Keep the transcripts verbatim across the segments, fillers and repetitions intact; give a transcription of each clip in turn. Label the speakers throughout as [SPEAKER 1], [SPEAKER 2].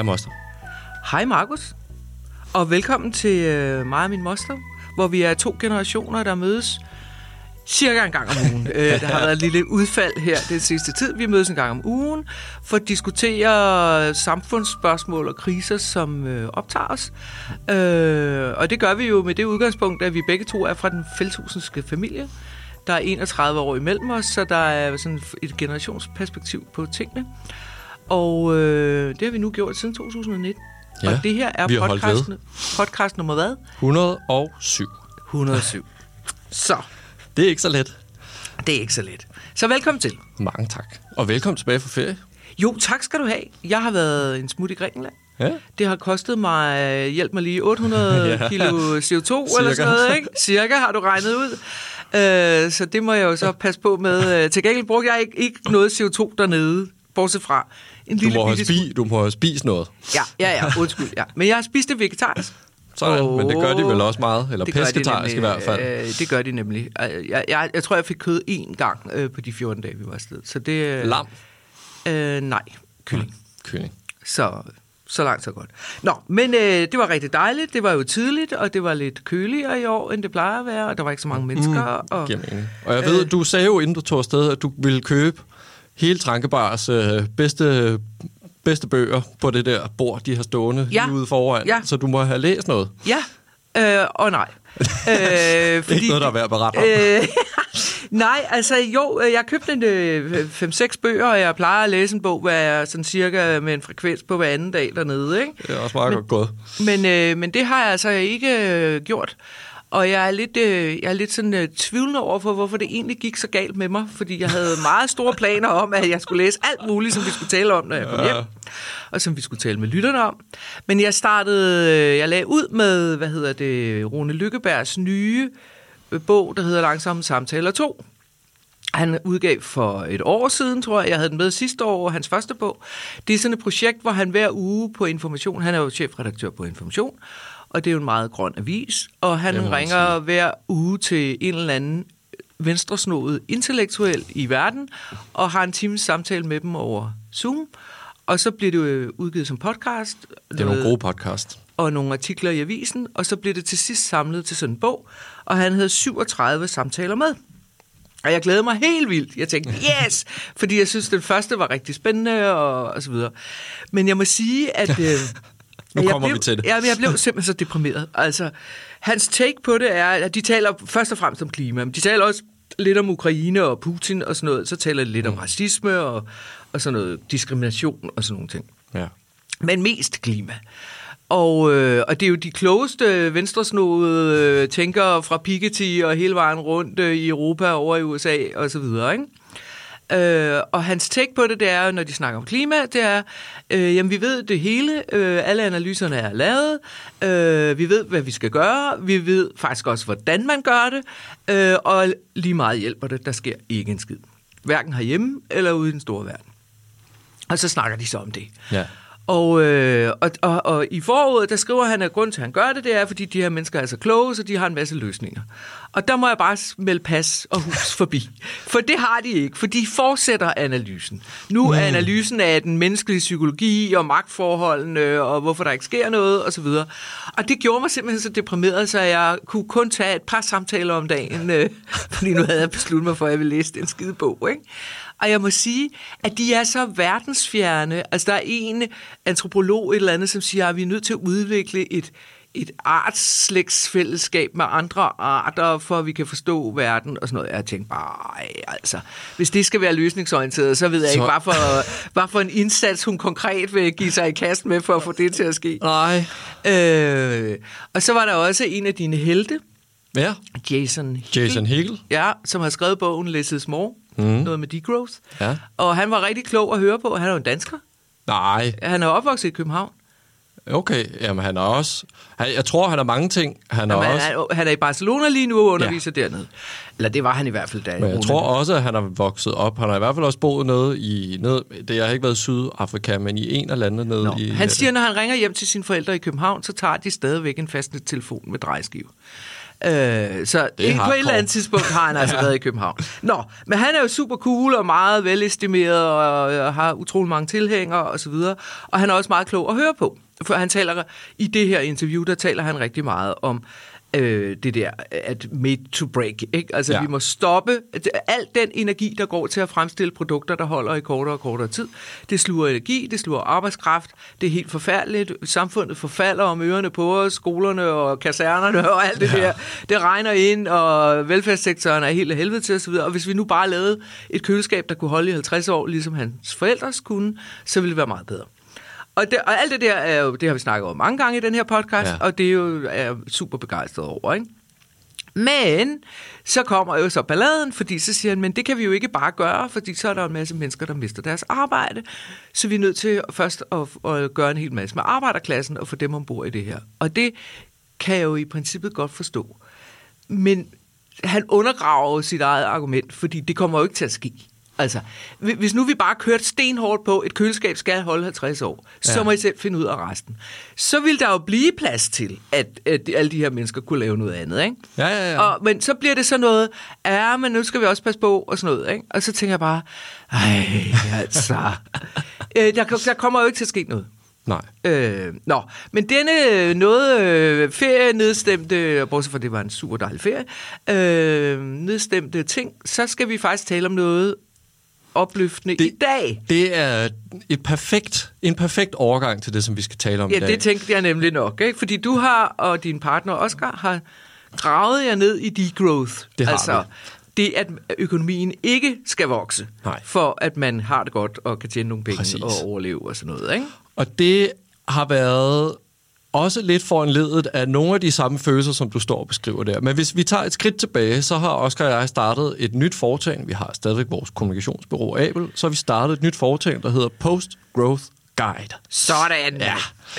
[SPEAKER 1] Hej moster.
[SPEAKER 2] Hej Markus, og velkommen til øh, mig og min moster, hvor vi er to generationer, der mødes cirka en gang om ugen. øh, der har været et lille udfald her den sidste tid. Vi mødes en gang om ugen for at diskutere samfundsspørgsmål og kriser, som øh, optager os. Øh, og det gør vi jo med det udgangspunkt, at vi begge to er fra den Feldhusenske familie. Der er enogtredive år imellem os, så der er sådan et generationsperspektiv på tingene. Og øh, det har vi nu gjort siden to tusind nitten.
[SPEAKER 1] Ja,
[SPEAKER 2] og det her er podcast, podcast nummer hvad?
[SPEAKER 1] et hundrede og syv.
[SPEAKER 2] et hundrede og syv. Så.
[SPEAKER 1] Det er ikke så let.
[SPEAKER 2] Det er ikke så let. Så velkommen til.
[SPEAKER 1] Mange tak. Og velkommen tilbage fra ferie.
[SPEAKER 2] Jo, tak skal du have. Jeg har været en smut i Grækenland.
[SPEAKER 1] Ja.
[SPEAKER 2] Det har kostet mig, hjælp mig lige, otte hundrede ja. kilo C O to
[SPEAKER 1] Cirka.
[SPEAKER 2] eller sådan noget, ikke? Cirka har du regnet ud. Uh, så det må jeg jo så passe på med. Uh, til gengæld brugte jeg ikke, ikke noget C O to dernede, bortset fra en
[SPEAKER 1] du
[SPEAKER 2] lille
[SPEAKER 1] må,
[SPEAKER 2] bitte...
[SPEAKER 1] spi, du må have spist noget.
[SPEAKER 2] Ja, ja, ja, undskyld. Ja. Men jeg har spist det vegetarisk.
[SPEAKER 1] Sådan, oh, men det gør de vel også meget, eller pesketarisk i hvert fald.
[SPEAKER 2] Øh, det gør de nemlig. Jeg, jeg, jeg tror, jeg fik kød én gang øh, på de fjorten dage, vi var afsted. Så det, øh,
[SPEAKER 1] Lam?
[SPEAKER 2] Øh, nej, kylling.
[SPEAKER 1] Mm, kylling.
[SPEAKER 2] Så, så langt, så godt. Nå, men øh, det var rigtig dejligt. Det var jo tidligt, og det var lidt køligere i år, end det plejer at være, og der var ikke så mange mennesker.
[SPEAKER 1] Mm,
[SPEAKER 2] og,
[SPEAKER 1] og jeg ved, øh, du sagde jo, inden du tog afsted, at du ville købe hele Trankebars øh, bedste... bedste bøger på det der bord, de har stående
[SPEAKER 2] ja.
[SPEAKER 1] lige ude foran. Ja. Så du må have læst noget.
[SPEAKER 2] Ja, øh, og nej. øh,
[SPEAKER 1] fordi, ikke noget, der er værd at berette om.
[SPEAKER 2] Øh, nej, altså jo, jeg købte en øh, fem seks bøger, og jeg plejer at læse en bog, hvad jeg sådan cirka med en frekvens på hver anden dag dernede. Ikke?
[SPEAKER 1] Det er også meget
[SPEAKER 2] men,
[SPEAKER 1] godt gået.
[SPEAKER 2] Men, øh, men det har jeg altså ikke øh, gjort. Og jeg er lidt, øh, jeg er lidt sådan øh, tvivlende over for, hvorfor det egentlig gik så galt med mig. Fordi jeg havde meget store planer om, at jeg skulle læse alt muligt, som vi skulle tale om, når jeg kom hjem. Ja. Og som vi skulle tale med lytterne om. Men jeg startede, øh, jeg lagde ud med, hvad hedder det, Rune Lykkebergs nye øh, bog, der hedder Langsomme Samtaler to. Han udgav for et år siden, tror jeg. Jeg havde den med sidste år, hans første bog. Det er sådan et projekt, hvor han hver uge på Information, han er jo chefredaktør på Information, og det er jo en meget grøn avis, og han Jamen, ringer sige. hver uge til en eller anden venstresnodet intellektuel i verden, og har en times samtale med dem over Zoom, og så bliver det udgivet som podcast.
[SPEAKER 1] Det er nogle gode podcast.
[SPEAKER 2] Og nogle artikler i avisen, og så bliver det til sidst samlet til sådan en bog, og han havde syvogtredive samtaler med. Og jeg glæder mig helt vildt. Jeg tænkte, yes! Fordi jeg synes, den første var rigtig spændende, og, og så videre. Men jeg må sige, at... Øh,
[SPEAKER 1] nu kommer
[SPEAKER 2] blev,
[SPEAKER 1] vi til det.
[SPEAKER 2] Ja, men jeg blev simpelthen så deprimeret. Altså, hans take på det er, at de taler først og fremmest om klima, men de taler også lidt om Ukraine og Putin og sådan noget. Så taler de lidt mm. om racisme og, og sådan noget diskrimination og sådan nogle ting.
[SPEAKER 1] Ja. Men
[SPEAKER 2] mest klima. Og, øh, og det er jo de klogeste venstresnodede øh, tænkere fra Piketty og hele vejen rundt øh, i Europa over i U S A og så videre, ikke? Øh, og hans take på det, det er, når de snakker om klima, det er, øh, jamen vi ved det hele, øh, alle analyserne er lavet, øh, vi ved, hvad vi skal gøre, vi ved faktisk også, hvordan man gør det, øh, og lige meget hjælper det, der sker ikke en skid. Hverken herhjemme eller ude i den store verden. Og så snakker de så om det.
[SPEAKER 1] Ja.
[SPEAKER 2] Og, øh, og, og, og i forordet, der skriver han, at grund til, at han gør det, det er, fordi de her mennesker er så kloge, så de har en masse løsninger. Og der må jeg bare melde pas og hus forbi. For det har de ikke, for de fortsætter analysen. Nu er analysen af den menneskelige psykologi og magtforholdene, og hvorfor der ikke sker noget, osv. Og det gjorde mig simpelthen så deprimeret, så jeg kunne kun tage et par samtaler om dagen, øh, fordi nu havde jeg besluttet mig for, at jeg ville læse den skide bog, ikke? Og jeg må sige, at de er så verdensfjerne. Altså, der er en antropolog et eller andet, som siger, at vi er nødt til at udvikle et, et artsslægtsfællesskab med andre arter, for at vi kan forstå verden og sådan noget. Jeg tænkte bare, ej, altså, hvis det skal være løsningsorienteret, så ved jeg så... ikke, hvad for, hvad for en indsats hun konkret vil give sig i kast med, for at få det til at ske.
[SPEAKER 1] Nej.
[SPEAKER 2] Øh, og så var der også en af dine helte,
[SPEAKER 1] ja.
[SPEAKER 2] Jason Hegel,
[SPEAKER 1] Jason Hegel,
[SPEAKER 2] ja, som har skrevet bogen Less is More. Mm. Noget med degrowth.
[SPEAKER 1] Ja. Og
[SPEAKER 2] han var rigtig klog at høre på. Han er jo en dansker.
[SPEAKER 1] Nej.
[SPEAKER 2] Han er opvokset i København.
[SPEAKER 1] Okay, jamen han er også... Han, jeg tror, han er mange ting. Han er,
[SPEAKER 2] jamen,
[SPEAKER 1] også...
[SPEAKER 2] han, er, han er i Barcelona lige nu og underviser ja. dernede. Eller det var han i hvert fald da.
[SPEAKER 1] Men jeg tror også, at han er vokset op. Han har i hvert fald også boet nede i... Nede, det har ikke været Sydafrika, men i en af landene nede Nå. i...
[SPEAKER 2] Han siger, når han ringer hjem til sine forældre i København, så tager de stadigvæk en fastnet telefon med drejeskive. Øh, så det på et eller andet tidspunkt har han altså ja. været i København. Nå, men han er jo super cool og meget velestimeret og, og har utrolig mange tilhængere og så videre. Og han er også meget klog at høre på. For han taler i det her interview, der taler han rigtig meget om øh, det der, at made to break. Ikke? Altså, ja. vi må stoppe al den energi, der går til at fremstille produkter, der holder i kortere og kortere tid. Det sluger energi, det sluger arbejdskraft. Det er helt forfærdeligt. Samfundet forfalder om ørerne på os, skolerne og kasernerne og alt det ja. der. Det regner ind, og velfærdssektoren er helt af helvede til osv. Og hvis vi nu bare lavede et køleskab, der kunne holde i halvtreds år, ligesom hans forældres kunne, så ville det være meget bedre. Og, det, og alt det der, er jo, det har vi snakket om mange gange i den her podcast, ja. og det er jo er jeg super begejstret over, ikke? Men så kommer jo så balladen, fordi så siger han, men det kan vi jo ikke bare gøre, fordi så er der en masse mennesker, der mister deres arbejde, så vi er nødt til først at, at gøre en hel masse med arbejderklassen og få dem ombord i det her. Og det kan jeg jo i princippet godt forstå. Men han undergraver sit eget argument, fordi det kommer jo ikke til at ske. Altså, hvis nu vi bare kørte stenhårdt på, et køleskab skal holde halvtreds år, ja. så må I selv finde ud af resten. Så vil der jo blive plads til, at, at alle de her mennesker kunne lave noget andet, ikke?
[SPEAKER 1] Ja, ja, ja.
[SPEAKER 2] Og, men så bliver det så noget, ja, men nu skal vi også passe på, og sådan noget, ikke? Og så tænker jeg bare, ej, altså, øh, der, der kommer jo ikke til at ske noget.
[SPEAKER 1] Nej.
[SPEAKER 2] Øh, nå, men denne noget øh, ferie-nedstemte, bortset fra det var en super dejlig ferie, øh, nedstemte ting, så skal vi faktisk tale om noget opløftende
[SPEAKER 1] det,
[SPEAKER 2] i dag.
[SPEAKER 1] Det er et perfekt, en perfekt overgang til det, som vi skal tale om
[SPEAKER 2] ja,
[SPEAKER 1] i dag.
[SPEAKER 2] Ja, det tænkte jeg nemlig nok, ikke? Fordi du har, og din partner Oscar, har gravet jer ned i degrowth.
[SPEAKER 1] Det har
[SPEAKER 2] altså,
[SPEAKER 1] vi.
[SPEAKER 2] Det, at økonomien ikke skal vokse,
[SPEAKER 1] Nej.
[SPEAKER 2] for at man har det godt og kan tjene nogle penge
[SPEAKER 1] Præcis.
[SPEAKER 2] og overleve og sådan noget, ikke?
[SPEAKER 1] Og det har været også lidt foranledet af nogle af de samme følelser, som du står og beskriver der. Men hvis vi tager et skridt tilbage, så har Oscar og jeg startet et nyt foretagende. Vi har stadigvæk vores kommunikationsbureau Abel. Så har vi startet et nyt foretagende, der hedder Post Growth Guide.
[SPEAKER 2] Sådan!
[SPEAKER 1] Ja.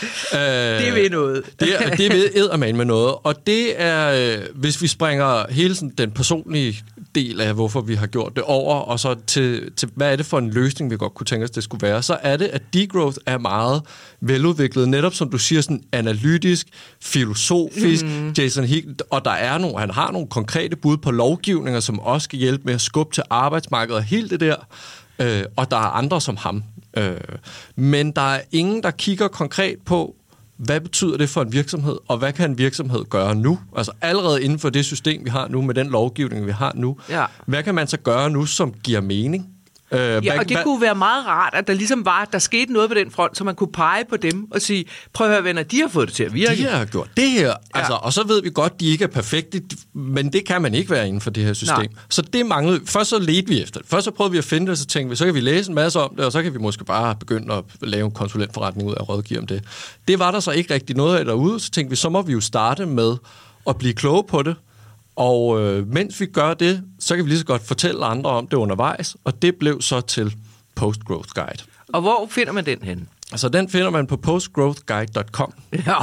[SPEAKER 2] Øh, det ved noget.
[SPEAKER 1] det, er, det ved eddermand med noget. Og det er, øh, hvis vi springer hele sådan, den personlige del af, hvorfor vi har gjort det over, og så til, til, hvad er det for en løsning, vi godt kunne tænke os, det skulle være, så er det, at degrowth er meget veludviklet, netop som du siger, sådan analytisk, filosofisk, mm. Jason Higg, og der er nogle, han har nogle konkrete bud på lovgivninger, som også skal hjælpe med at skubbe til arbejdsmarkedet og helt det der, øh, og der er andre som ham. Øh, men der er ingen, der kigger konkret på, hvad betyder det for en virksomhed, og hvad kan en virksomhed gøre nu? Altså allerede inden for det system, vi har nu, med den lovgivning, vi har nu, ja. Hvad kan man så gøre nu, som giver mening? Øh,
[SPEAKER 2] ja,
[SPEAKER 1] hvad,
[SPEAKER 2] og det
[SPEAKER 1] hvad,
[SPEAKER 2] kunne være meget rart, at der ligesom var, der skete noget på den front, så man kunne pege på dem og sige, prøv at høre venner, de har fået det til at virke.
[SPEAKER 1] De har gjort det her. Ja. Altså, og så ved vi godt, de ikke er perfekte, men det kan man ikke være inden for det her system. Nej. Så det manglede. Først så ledte vi efter det. Først så prøvede vi at finde det, og så tænkte vi, så kan vi læse en masse om det, og så kan vi måske bare begynde at lave en konsulentforretning ud af at rådgive om det. Det var der så ikke rigtig noget af derude, så tænkte vi, så må vi jo starte med at blive kloge på det. Og øh, mens vi gør det, så kan vi lige så godt fortælle andre om det undervejs, og det blev så til Post Growth Guide.
[SPEAKER 2] Og hvor finder man den henne?
[SPEAKER 1] Altså, den finder man på post growth guide punktum com.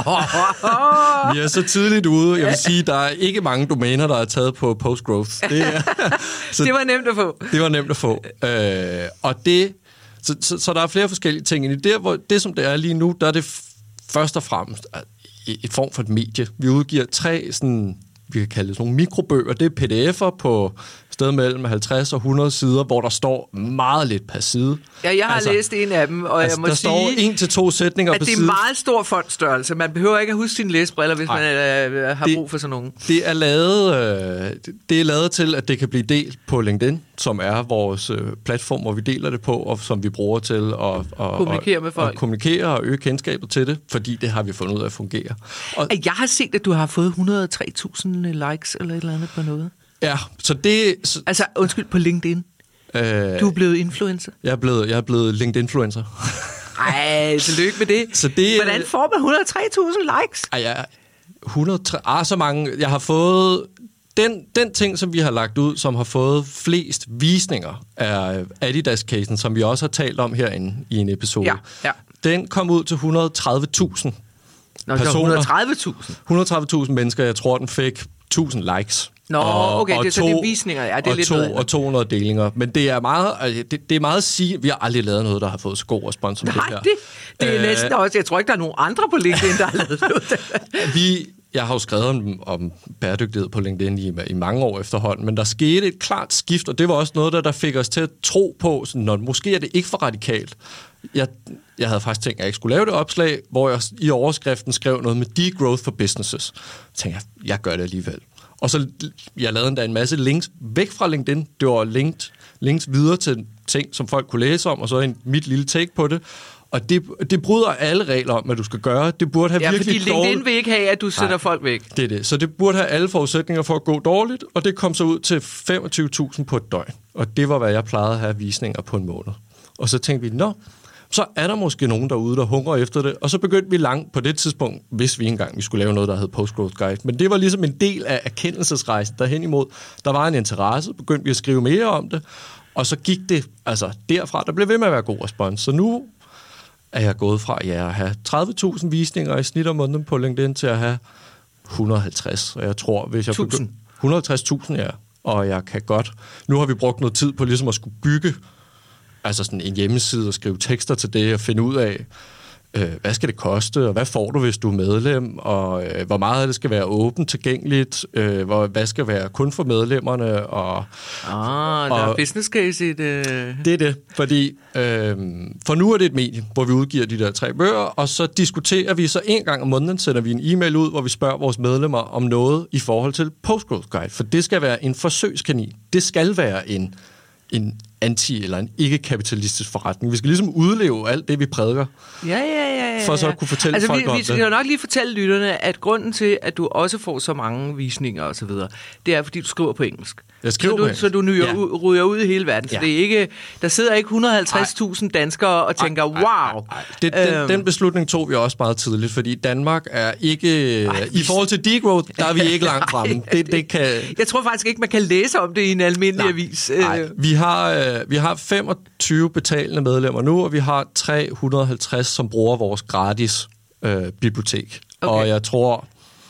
[SPEAKER 1] Vi er så tidligt ude. Jeg vil sige, der er ikke mange domæner, der er taget på Postgrowth. Det, er,
[SPEAKER 2] så det var nemt at få.
[SPEAKER 1] Det var nemt at få. Øh, og det, så, så, så der er flere forskellige ting. I det, hvor, det, som det er lige nu, der er det først og fremmest et form for et medie. Vi udgiver tre sådan, vi kan kalde det sådan nogle mikrobøger. Det er P D F'er på sted mellem halvtreds og hundrede sider, hvor der står meget lidt per side.
[SPEAKER 2] Ja, jeg har altså, læst en af dem, og altså, jeg må
[SPEAKER 1] der
[SPEAKER 2] sige,
[SPEAKER 1] står en til to sætninger
[SPEAKER 2] at
[SPEAKER 1] på
[SPEAKER 2] det er
[SPEAKER 1] side.
[SPEAKER 2] Meget stor fontstørrelse. Man behøver ikke at huske sine læsebriller, hvis Ej, man øh, har
[SPEAKER 1] det,
[SPEAKER 2] brug for sådan nogen.
[SPEAKER 1] Det er lavet, øh, det er lavet til, at det kan blive delt på LinkedIn, som er vores øh, platform, hvor vi deler det på, og som vi bruger til at og,
[SPEAKER 2] kommunikere med folk.
[SPEAKER 1] Og kommunikere og øge kendskabet til det, fordi det har vi fundet ud af at fungere. Og,
[SPEAKER 2] jeg har set, at du har fået et hundrede og tre tusind likes eller et eller andet på noget.
[SPEAKER 1] Ja, så det... Så,
[SPEAKER 2] altså, undskyld, på LinkedIn. Øh, du er blevet influencer.
[SPEAKER 1] Jeg er blevet, jeg er blevet LinkedIn-influencer.
[SPEAKER 2] Ej, tillykke med det. Så det. Hvordan får man et hundrede og tre tusind likes?
[SPEAKER 1] Ej, jeg hundrede og tre... Ah, så mange... Jeg har fået... Den, den ting, som vi har lagt ud, som har fået flest visninger, er Adidas-casen, som vi også har talt om herinde i en episode.
[SPEAKER 2] Ja, ja.
[SPEAKER 1] Den kom ud til et hundrede og tredive tusind
[SPEAKER 2] Nå, personer. et hundrede og tredive tusind?
[SPEAKER 1] et hundrede og tredive tusind mennesker. Jeg tror, den fik tusind likes.
[SPEAKER 2] Nå, og, okay, og det, to, så det er visninger. Ja, det er
[SPEAKER 1] og,
[SPEAKER 2] lidt
[SPEAKER 1] to,
[SPEAKER 2] noget
[SPEAKER 1] og to hundrede delinger. Men det er meget, altså, det, det er meget sige, vi har aldrig lavet noget, der har fået så god respons som
[SPEAKER 2] Nej,
[SPEAKER 1] det her.
[SPEAKER 2] det, det er Æh, næsten også. Jeg tror ikke, der er nogen andre på LinkedIn, der har lavet noget.
[SPEAKER 1] vi, jeg har jo skrevet om, om bæredygtighed på LinkedIn i, i mange år efterhånden, men der skete et klart skift, og det var også noget, der, der fik os til at tro på, sådan, når, måske er det ikke for radikalt. Jeg, jeg havde faktisk tænkt, at jeg ikke skulle lave det opslag, hvor jeg i overskriften skrev noget med degrowth for businesses. Så tænkte jeg, jeg gør det alligevel. Og så jeg lavede endda en masse links væk fra LinkedIn. Det var linked, links videre til ting, som folk kunne læse om, og så en, mit lille take på det. Og det, det bryder alle regler om, hvad du skal gøre. Det burde have
[SPEAKER 2] ja,
[SPEAKER 1] virkelig
[SPEAKER 2] fordi LinkedIn
[SPEAKER 1] dårligt.
[SPEAKER 2] vil ikke have, at du sætter Nej, folk væk.
[SPEAKER 1] Det er det. Så det burde have alle forudsætninger for at gå dårligt, og det kom så ud til femogtyve tusind på et døgn. Og det var, hvad jeg plejede at have visninger på en måned. Og så tænkte vi, nå, så er der måske nogen derude, der hungrer efter det. Og så begyndte vi langt på det tidspunkt, hvis vi engang vi skulle lave noget, der hed Post-Growth Guide. Men det var ligesom en del af erkendelsesrejsen derhen imod. Der var en interesse, begyndte vi at skrive mere om det, og så gik det altså derfra. Der blev ved med at være god respons. Så nu er jeg gået fra ja, at have tredive tusind visninger i snit om måneden på LinkedIn til at have et hundrede og halvtreds. Og jeg tror, hvis jeg begynder... et hundrede og halvtreds tusind, ja. Og jeg kan godt... Nu har vi brugt noget tid på ligesom at skulle bygge altså sådan en hjemmeside og skrive tekster til det og finde ud af, øh, hvad skal det koste, og hvad får du, hvis du er medlem, og øh, hvor meget af det skal være åbent tilgængeligt, øh, hvor, hvad skal være kun for medlemmerne. Og,
[SPEAKER 2] ah, der
[SPEAKER 1] og,
[SPEAKER 2] er business case i det.
[SPEAKER 1] Det er det, fordi øh, for nu er det et medie, hvor vi udgiver de der tre bøger, og så diskuterer vi, så en gang om måneden sender vi en e-mail ud, hvor vi spørger vores medlemmer om noget i forhold til Post-Growth Guide, for det skal være en forsøgskanin. Det skal være en en anti- eller en ikke-kapitalistisk forretning. Vi skal ligesom udleve alt det, vi prædiker,
[SPEAKER 2] ja, ja, ja, ja.
[SPEAKER 1] for så at kunne fortælle
[SPEAKER 2] altså,
[SPEAKER 1] folk
[SPEAKER 2] vi,
[SPEAKER 1] om
[SPEAKER 2] vi
[SPEAKER 1] det.
[SPEAKER 2] Vi skal jo nok lige fortælle lytterne, at grunden til, at du også får så mange visninger og så videre, det er, fordi du skriver på engelsk.
[SPEAKER 1] Jeg skriver
[SPEAKER 2] så du,
[SPEAKER 1] på engelsk.
[SPEAKER 2] Så du nyder,
[SPEAKER 1] ja.
[SPEAKER 2] ud, ryger ud i hele verden. Så
[SPEAKER 1] ja.
[SPEAKER 2] det er ikke, der sidder ikke et hundrede og halvtreds tusind danskere og tænker,
[SPEAKER 1] ej, ej,
[SPEAKER 2] wow.
[SPEAKER 1] Ej, ej. Det, den, øhm. den beslutning tog vi også meget tidligt, fordi Danmark er ikke... Ej, I forhold til degrowth, der er vi ikke langt fremme. Det, det kan...
[SPEAKER 2] Jeg tror faktisk ikke, man kan læse om det i en almindelig nej, avis.
[SPEAKER 1] Nej. Vi har, øh, vi har femogtyve betalende medlemmer nu, og vi har tre hundrede og halvtreds, som bruger vores gratis øh, bibliotek. Okay. Og jeg tror,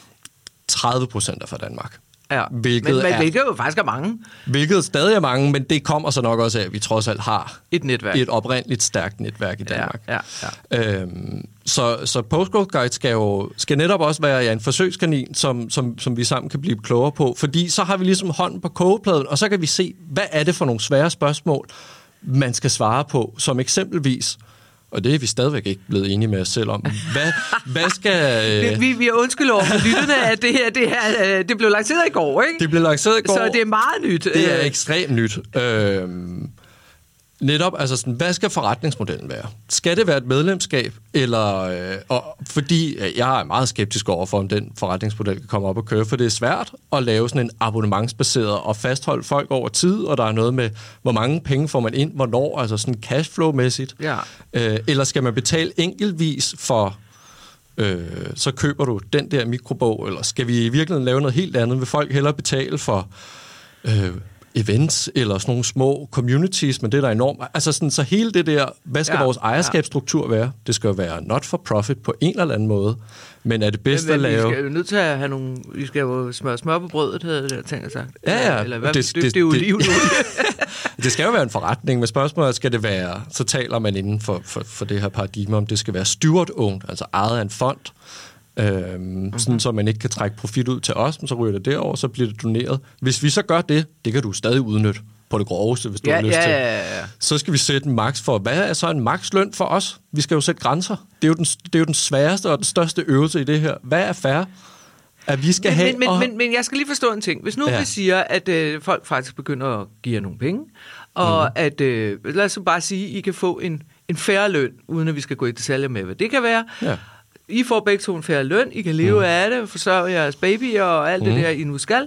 [SPEAKER 1] tredive procent er fra Danmark.
[SPEAKER 2] Ja.
[SPEAKER 1] Hvilket,
[SPEAKER 2] men, men
[SPEAKER 1] er,
[SPEAKER 2] hvilket jo faktisk er mange.
[SPEAKER 1] Hvilket stadig er mange, men det kommer så nok også af, at vi trods alt har
[SPEAKER 2] et netværk.
[SPEAKER 1] Et oprindeligt stærkt netværk i Danmark.
[SPEAKER 2] Ja, ja, ja.
[SPEAKER 1] Øhm, så, så Post-Growth Guide skal jo skal netop også være ja, en forsøgskanin, som, som, som vi sammen kan blive klogere på, fordi så har vi ligesom hånden på kogepladen, og så kan vi se, hvad er det for nogle svære spørgsmål, man skal svare på, som eksempelvis... Og det er vi stadigvæk ikke blevet enige med os selv om. Hvad, hvad skal...
[SPEAKER 2] Øh... Vi, vi er undskyld over for lytterne, at det her, det her det blev lanceret i går, ikke?
[SPEAKER 1] Det blev lanceret i går.
[SPEAKER 2] Så det er meget nyt.
[SPEAKER 1] Det er ekstremt nyt. Øhm, netop, altså sådan, hvad skal forretningsmodellen være? Skal det være et medlemskab? Eller, øh, og, fordi jeg er meget skeptisk over for, om den forretningsmodel kan komme op og køre, for det er svært at lave sådan en abonnementsbaseret og fastholde folk over tid, og der er noget med, hvor mange penge får man ind, hvornår, altså sådan cashflow-mæssigt.
[SPEAKER 2] Ja.
[SPEAKER 1] Øh, eller skal man betale enkeltvis for... Øh, så køber du den der mikrobog, eller skal vi i virkeligheden lave noget helt andet? Vil folk hellere betale for øh, events, eller sådan nogle små communities, men det er der enormt. Altså sådan, så hele det der, hvad skal ja, vores ejerskabsstruktur ja. være? Det skal jo være not for profit på en eller anden måde, men er det bedst
[SPEAKER 2] men,
[SPEAKER 1] at lave...
[SPEAKER 2] Vi skal jo nødt til at have nogle... Vi skal jo smøre smør på brødet, havde jeg tænkt sagt.
[SPEAKER 1] Ja, ja.
[SPEAKER 2] Eller hvad?
[SPEAKER 1] Det,
[SPEAKER 2] Det, det, det er jo liv nu.
[SPEAKER 1] Det skal jo være en forretning, men spørgsmålet skal det være, så taler man inden for, for, for det her paradigme, om det skal være steward-owned, altså ejet af en fond, øhm, mm-hmm. sådan så man ikke kan trække profit ud til os, men så ryger det derover, så bliver det doneret. Hvis vi så gør det, det kan du stadig udnytte på det groveste, hvis du
[SPEAKER 2] ja,
[SPEAKER 1] har lyst
[SPEAKER 2] ja,
[SPEAKER 1] til.
[SPEAKER 2] Ja, ja, ja.
[SPEAKER 1] Så skal vi sætte en max for, hvad er så en maksløn for os? Vi skal jo sætte grænser. Det er jo den, det er jo den sværeste og den største øvelse i det her. Hvad er fair? At vi skal
[SPEAKER 2] men,
[SPEAKER 1] have...
[SPEAKER 2] Men, men,
[SPEAKER 1] og...
[SPEAKER 2] men, men jeg skal lige forstå en ting. Hvis nu
[SPEAKER 1] ja.
[SPEAKER 2] vi siger, at øh, folk faktisk begynder at give jer nogle penge, og mm. at, øh, lad os bare sige, I kan få en, en fair løn, uden at vi skal gå i detaljer med, hvad det kan være.
[SPEAKER 1] Ja.
[SPEAKER 2] I får begge to en fair løn, I kan leve mm. af det, forsørge jeres baby og alt mm. det der, I nu skal.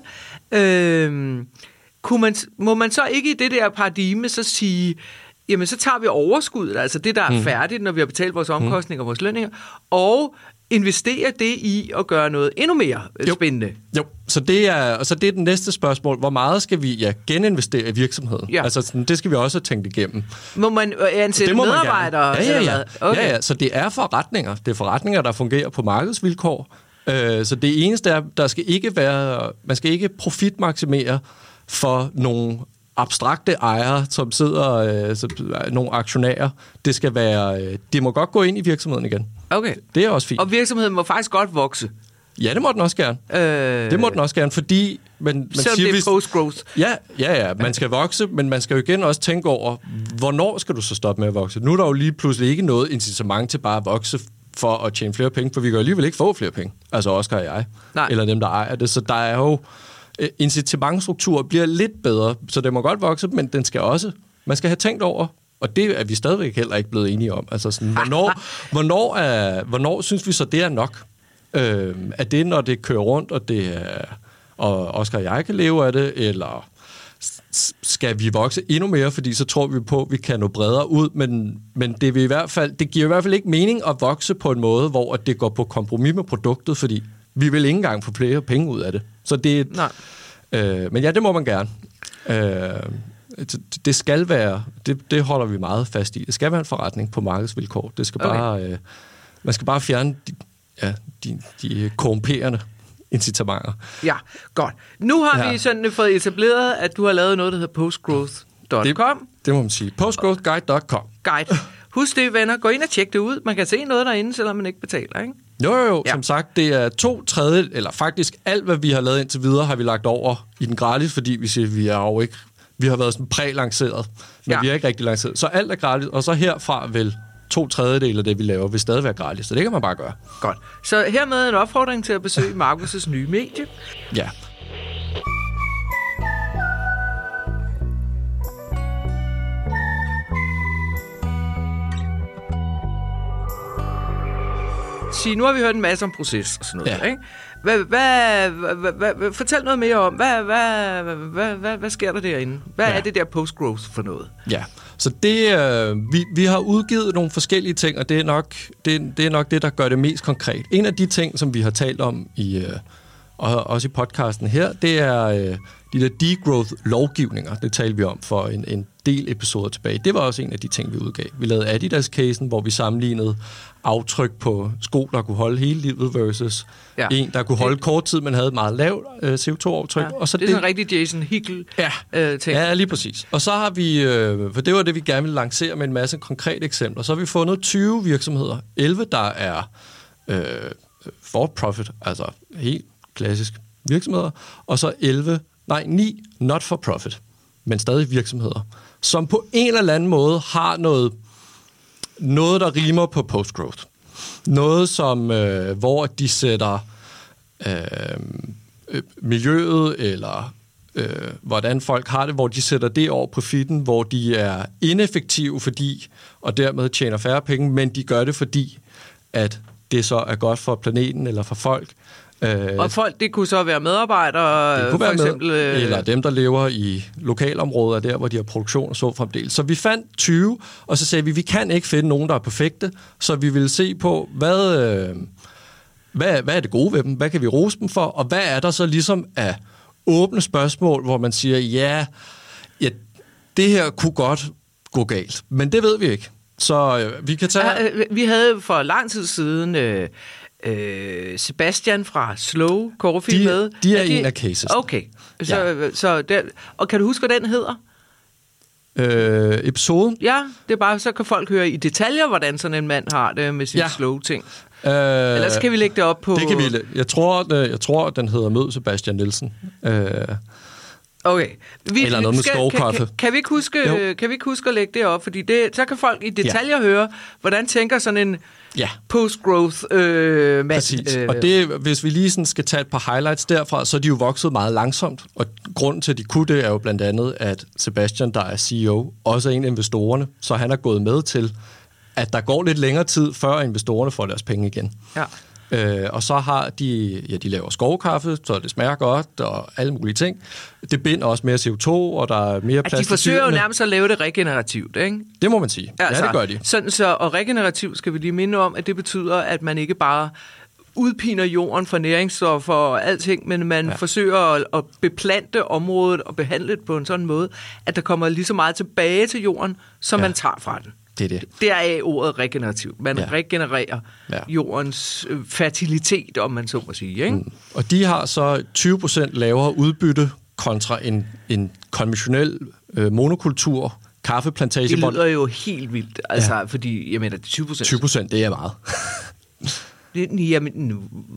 [SPEAKER 2] Øh, kunne man, må man så ikke i det der paradigme så sige, jamen så tager vi overskuddet, altså det, der er mm. færdigt, når vi har betalt vores omkostninger og vores lønninger, og investere det i at gøre noget endnu mere
[SPEAKER 1] jo.
[SPEAKER 2] spændende.
[SPEAKER 1] Jo, så det er så det er det næste spørgsmål. Hvor meget skal vi ja, geninvestere i virksomheden?
[SPEAKER 2] Ja.
[SPEAKER 1] Altså sådan, det skal vi også have tænkt igennem.
[SPEAKER 2] Må man ansætte medarbejdere?
[SPEAKER 1] Ja, ja, ja.
[SPEAKER 2] Okay.
[SPEAKER 1] ja, ja. Så det er forretninger. Det er forretninger, der fungerer på markedsvilkår. Øh, så det eneste er, der skal ikke være, man skal ikke profitmaksimere for nogle abstrakte ejere, som sidder, øh, som, nogle aktionærer. Det skal være, øh, de må godt gå ind i virksomheden igen.
[SPEAKER 2] Okay.
[SPEAKER 1] Det er også fint.
[SPEAKER 2] Og virksomheden må faktisk godt vokse.
[SPEAKER 1] Ja, det må den også gerne. Øh... Det må den også gerne, fordi... Men, man
[SPEAKER 2] Selvom
[SPEAKER 1] siger,
[SPEAKER 2] det er post-growth.
[SPEAKER 1] Ja, ja, ja. Man skal vokse, men man skal jo igen også tænke over, hvornår skal du så stoppe med at vokse? Nu er der jo lige pludselig ikke noget incitament til bare at vokse for at tjene flere penge, for vi kan jo alligevel ikke få flere penge. Altså Oscar og jeg. Nej. Eller dem, der ejer det. Så der er jo... Incitamentstruktur bliver lidt bedre, så det må godt vokse, men den skal også... Man skal have tænkt over, og det er vi stadigvæk heller ikke blevet enige om. Altså sådan, hvornår, hvornår, er, hvornår synes vi så, det er nok? Øh, er det, når det kører rundt, og det er... og Oscar og jeg kan leve af det, eller skal vi vokse endnu mere, fordi så tror vi på, at vi kan nå bredere ud, men, men det, vil i hvert fald, det giver i hvert fald ikke mening at vokse på en måde, hvor det går på kompromis med produktet, fordi vi vil ikke engang få flere penge ud af det. Så det,
[SPEAKER 2] Nej.
[SPEAKER 1] Øh, men ja, det må man gerne. Øh, det skal være, det, det holder vi meget fast i. Det skal være en forretning på markedsvilkår. Det skal okay. bare, øh, man skal bare fjerne de, ja, de, de korrumperende incitamenter.
[SPEAKER 2] Ja, godt. Nu har
[SPEAKER 1] ja.
[SPEAKER 2] vi sådan fået etableret, at du har lavet noget, der hedder postgrowth punktum com.
[SPEAKER 1] Det, det må man sige. postgrowth guide punktum com.
[SPEAKER 2] Guide. Husk det, venner. Gå ind og tjek det ud. Man kan se noget derinde, selvom man ikke betaler, ikke?
[SPEAKER 1] Jo, jo, jo. Ja. Som sagt, det er to tredje, eller faktisk alt, hvad vi har lavet indtil videre, har vi lagt over i den gratis, fordi vi siger, vi er jo ikke, vi har været sådan præ-lanceret, men ja. vi er ikke rigtig lanceret. Så alt er gratis, og så herfra vil to tredjedel af det, vi laver, vil stadig være gratis. Så det kan man bare gøre.
[SPEAKER 2] Godt. Så hermed en opfordring til at besøge Markus' nye medie.
[SPEAKER 1] Ja.
[SPEAKER 2] Sig, nu har vi hørt en masse om proces og sådan noget, ja. ikke? Hvad, hvad, hvad, hvad, hvad, fortæl noget mere om, hvad, hvad, hvad, hvad, hvad sker der derinde? Hvad ja. er det der post-growth for noget?
[SPEAKER 1] Ja, så det, øh, vi, vi har udgivet nogle forskellige ting, og det er, nok, det, det er nok det, der gør det mest konkret. En af de ting, som vi har talt om, i, øh, og også i podcasten her, det er øh, de der degrowth-lovgivninger. Det talte vi om for en, en del episoder tilbage. Det var også en af de ting, vi udgav. Vi lavede Adidas-casen, hvor vi sammenlignede aftryk på sko, der kunne holde hele livet versus ja. en, der kunne holde kort tid, men havde et meget lavt øh, C O to aftryk.
[SPEAKER 2] Ja.
[SPEAKER 1] Og så
[SPEAKER 2] det er det, sådan en rigtig Jason Hickel
[SPEAKER 1] ja.
[SPEAKER 2] øh, ting.
[SPEAKER 1] Ja, lige præcis. Og så har vi, øh, for det var det, vi gerne ville lancere med en masse konkrete eksempler, så har vi fundet tyve virksomheder. elleve, der er øh, for profit, altså helt klassisk virksomheder, og så elleve, nej, ni not for profit, men stadig virksomheder, som på en eller anden måde har noget Noget, der rimer på postgrowth. Noget, som, øh, hvor de sætter øh, øh, miljøet, eller øh, hvordan folk har det, hvor de sætter det over profitten, hvor de er ineffektive, fordi, og dermed tjener færre penge, men de gør det, fordi at det så er godt for planeten eller for folk.
[SPEAKER 2] Og folk, det kunne så være medarbejdere,
[SPEAKER 1] det kunne
[SPEAKER 2] for
[SPEAKER 1] være
[SPEAKER 2] eksempel...
[SPEAKER 1] Med, eller dem, der lever i lokalområder, der hvor de har produktion og så fremdeles. Så vi fandt tyve, og så sagde vi, vi kan ikke finde nogen, der er perfekte, så vi ville se på, hvad, øh, hvad, hvad er det gode ved dem, hvad kan vi rose dem for, og hvad er der så ligesom af åbne spørgsmål, hvor man siger, ja, ja det her kunne godt gå galt, men det ved vi ikke. Så øh, vi kan tage...
[SPEAKER 2] Ja, vi havde for lang tid siden... Øh, Øh, Sebastian fra Slow Coffee
[SPEAKER 1] de,
[SPEAKER 2] med.
[SPEAKER 1] De er, er de, en af cases.
[SPEAKER 2] Okay. Så, ja. så der, og kan du huske, hvad den hedder?
[SPEAKER 1] Øh, episoden?
[SPEAKER 2] Ja, det er bare, så kan folk høre i detaljer, hvordan sådan en mand har det med sit ja. Slow-ting. Øh, Ellers kan vi lægge det op på...
[SPEAKER 1] Det kan vi. Jeg tror, jeg tror den hedder Mød Sebastian Nielsen. Øh,
[SPEAKER 2] Okay. Vi,
[SPEAKER 1] Eller noget med skovkaffe.
[SPEAKER 2] Kan, kan, kan, vi ikke huske, kan vi ikke huske at lægge det op? Fordi det, så kan folk i detaljer ja. høre, hvordan tænker sådan en ja. post-growth øh, mand.
[SPEAKER 1] Præcis. Øh. Og det, hvis vi lige sådan skal tage et par highlights derfra, så er de jo vokset meget langsomt. Og grunden til, at de kunne det, er jo blandt andet, at Sebastian, der er C E O, også er en af investorerne. Så han er gået med til, at der går lidt længere tid, før investorerne får deres penge igen. Ja. Øh, og så har de, ja, de laver skovkaffe, så det smager godt, og alle mulige ting. Det binder også mere C O to, og der er mere plads til.
[SPEAKER 2] De forsøger jo nærmest at lave det regenerativt, ikke?
[SPEAKER 1] Det må man sige. Ja,
[SPEAKER 2] altså,
[SPEAKER 1] det gør de.
[SPEAKER 2] Sådan, så, og regenerativt skal vi lige minde om, at det betyder, at man ikke bare udpiner jorden for næringsstoffer og alting, men man ja. forsøger at, at beplante området og behandle det på en sådan måde, at der kommer lige så meget tilbage til jorden, som ja. man tager fra den.
[SPEAKER 1] Det er det.
[SPEAKER 2] Det er ordet regenerativt. Man ja. regenererer ja. jordens fertilitet, om man så må sige. Ikke? Mm.
[SPEAKER 1] Og de har så tyve procent lavere udbytte kontra en, en konventionel øh, monokultur, kaffeplantage.
[SPEAKER 2] Det lyder jo helt vildt, altså, ja. fordi jeg mener, tyve procent.
[SPEAKER 1] tyve procent, det er meget.
[SPEAKER 2] Jamen, nu,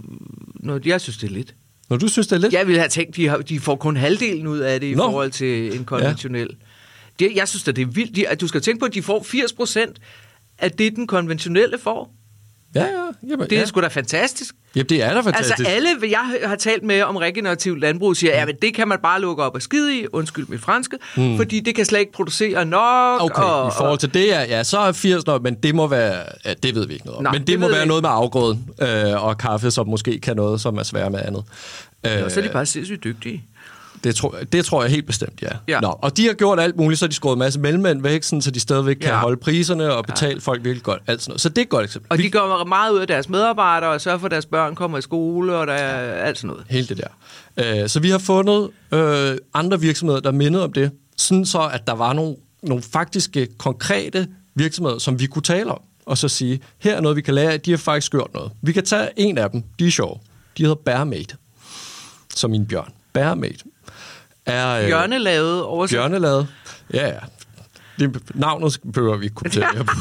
[SPEAKER 2] nu, jeg synes, det er lidt.
[SPEAKER 1] Når du synes, det er lidt?
[SPEAKER 2] Jeg ville have tænkt, de, har, de får kun halvdelen ud af det i
[SPEAKER 1] Nå.
[SPEAKER 2] forhold til en konventionel. Ja. Det, jeg synes, at det er vildt. De, at du skal tænke på, at de får firs procent af det, den konventionelle får.
[SPEAKER 1] Ja, ja. Jamen,
[SPEAKER 2] det er
[SPEAKER 1] ja.
[SPEAKER 2] sgu da fantastisk.
[SPEAKER 1] Jamen, det er da fantastisk.
[SPEAKER 2] Altså alle, jeg har talt med om regenerativt landbrug, siger, mm. at det kan man bare lukke op og skide i, undskyld mit franske, mm. fordi det kan slet ikke producere nok.
[SPEAKER 1] Okay,
[SPEAKER 2] og,
[SPEAKER 1] i forhold til det, ja, så er firs noget, men det må være, ja, det ved vi ikke noget om. Nej, men det, det må være noget med afgrøden øh, og kaffe, som måske kan noget, som er sværere med andet.
[SPEAKER 2] Ja, øh, så er de bare sindssygt dygtige.
[SPEAKER 1] Det tror, det tror jeg helt bestemt, ja.
[SPEAKER 2] ja.
[SPEAKER 1] Nå, og de har gjort alt muligt, så har de skåret en masse mellemmænd væk, sådan, så de stadigvæk kan ja. holde priserne og betale ja. folk virkelig godt. Alt sådan noget. Så det er et godt eksempel.
[SPEAKER 2] Og de går meget ud af deres medarbejdere og sørger for, at deres børn kommer i skole og der er alt sådan noget.
[SPEAKER 1] Helt det der. Øh, så vi har fundet øh, andre virksomheder, der mindede om det, sådan så, at der var nogle, nogle faktiske, konkrete virksomheder, som vi kunne tale om, og så sige, her er noget, vi kan lære af, de har faktisk gjort noget. Vi kan tage en af dem, de er sjove. De hedder Bearmade, som min bjørn. Bearmade. Er, øh,
[SPEAKER 2] Bjørnelavet oversat.
[SPEAKER 1] Bjørnelavet, ja, ja. Det, navnet behøver vi ikke kommentere på.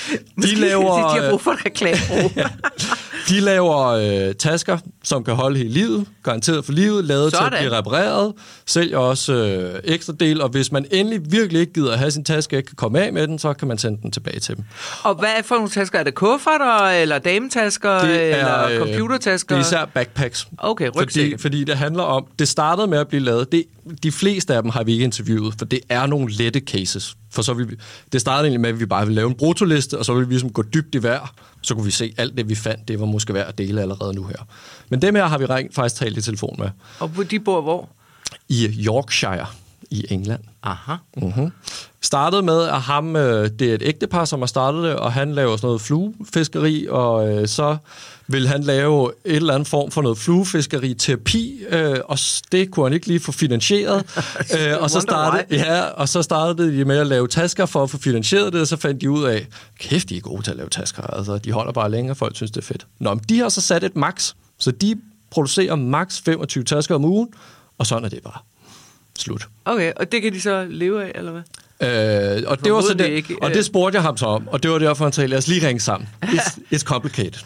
[SPEAKER 1] De laver,
[SPEAKER 2] de har brug for et reklame.
[SPEAKER 1] ja, de laver øh, tasker, som kan holde hele livet, garanteret for livet, lavet Sådan. til at blive repareret, sælger også øh, ekstra del, og hvis man endelig virkelig ikke gider at have sin taske og ikke kan komme af med den, så kan man sende den tilbage til dem.
[SPEAKER 2] Og hvad for nogle tasker? Er det kufferter, eller dametasker, det er, eller øh, computertasker?
[SPEAKER 1] Det er især backpacks.
[SPEAKER 2] Okay,
[SPEAKER 1] fordi, fordi det handler om, det startede med at blive lavet, det, de fleste af dem har vi ikke interviewet, for det er nogle lette cases. For så vi, det startede egentlig med, at vi bare ville lave en brutoliste, og så ville vi ligesom gå dybt i hver, så kunne vi se, alt det, vi fandt, det var måske værd at dele allerede nu her. Men dem her har vi rent faktisk talt i telefon med.
[SPEAKER 2] Og de bor hvor?
[SPEAKER 1] I Yorkshire i England.
[SPEAKER 2] Aha.
[SPEAKER 1] Mm-hmm. Startede med, at ham, det er et ægtepar, som har startet det, og han laver sådan noget fluefiskeri, og øh, så vil han lave et eller andet form for noget fluefiskeri-terapi, øh, og det kunne han ikke lige få finansieret. øh, og, så startede, ja, og så startede de med at lave tasker for at få finansieret det, og så fandt de ud af, kæft, de er gode til at lave tasker. Altså, de holder bare længere, folk synes, det er fedt. Nå, men de har så sat et max, så de producerer max femogtyve tasker om ugen, og sådan er det bare. Slut.
[SPEAKER 2] Okay, og det kan de så leve af, eller hvad?
[SPEAKER 1] Øh, og, det var så det, ikke, og det spurgte jeg ham så om, og det var derfor, han talte, lad os lige ringe sammen. It's, it's complicated.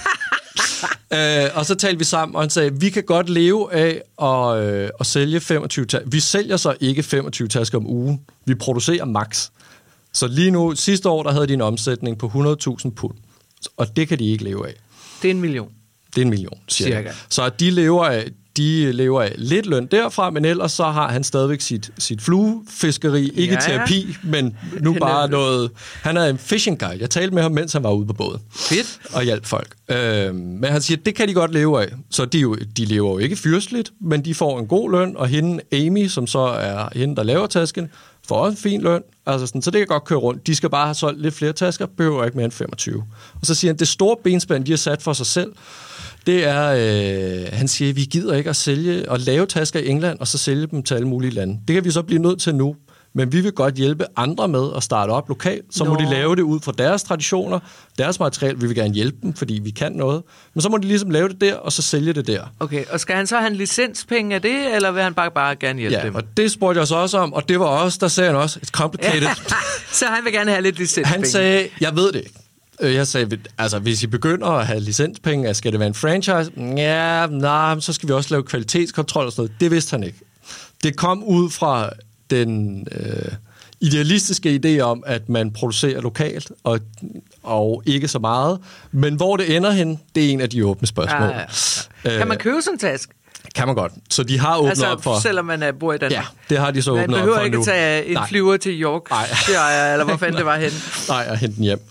[SPEAKER 1] øh, og så talte vi sammen, og han sagde, vi kan godt leve af at, øh, at sælge femogtyve tasker. Vi sælger så ikke femogtyve tasker om ugen. Vi producerer max. Så lige nu, sidste år, der havde de en omsætning på hundrede tusind pund. Og det kan de ikke leve af.
[SPEAKER 2] Det er en million.
[SPEAKER 1] Det er en million, cirka. cirka. Så de lever af... De lever af lidt løn derfra, men ellers så har han stadigvæk sit, sit fluefiskeri. Ikke ja, ja. terapi, men nu bare noget... Han er en fishing guide. Jeg talte med ham, mens han var ude på båden.
[SPEAKER 2] Fedt.
[SPEAKER 1] Og hjalp folk. Øh, men han siger, det kan de godt leve af. Så de, jo, de lever jo ikke fyrstligt, men de får en god løn, og hende, Amy, som så er hende, der laver tasken, får også en fin løn. Altså sådan, så det kan godt køre rundt. De skal bare have solgt lidt flere tasker, behøver ikke mere end femogtyve. Og så siger han, det store benspænd, de har sat for sig selv, det er, øh, han siger, vi gider ikke at sælge og lave tasker i England, og så sælge dem til alle mulige lande. Det kan vi så blive nødt til nu. Men vi vil godt hjælpe andre med at starte op lokalt. Så Nå. må de lave det ud fra deres traditioner, deres materiale. Vi vil gerne hjælpe dem, fordi vi kan noget. Men så må de ligesom lave det der, og så sælge det der.
[SPEAKER 2] Okay, og skal han så have en licenspenge af det, eller vil han bare, bare gerne hjælpe
[SPEAKER 1] ja,
[SPEAKER 2] dem?
[SPEAKER 1] Og det spurgte jeg så også om, og det var også, der sagde han også, it's complicated.
[SPEAKER 2] Så han vil gerne have lidt licenspenge?
[SPEAKER 1] Han sagde, jeg ved det ikke. Jeg sagde, altså hvis I begynder at have licenspenge, skal det være en franchise? Ja, nej, så skal vi også lave kvalitetskontrol og sådan noget. Det vidste han ikke. Det kom ud fra den øh, idealistiske idé om, at man producerer lokalt og, og ikke så meget. Men hvor det ender hen, det er en af de åbne spørgsmål.
[SPEAKER 2] Ja, ja. Øh, kan man købe sådan en task?
[SPEAKER 1] Kan man godt. Så de har åbnet
[SPEAKER 2] altså,
[SPEAKER 1] op for...
[SPEAKER 2] selvom man er, bor i Danmark?
[SPEAKER 1] Ja, det har de så åbnet op for nu.
[SPEAKER 2] Man behøver ikke tage en Nej. flyver til York, ja, eller hvor fanden det var henne.
[SPEAKER 1] Nej, og hente den hjem.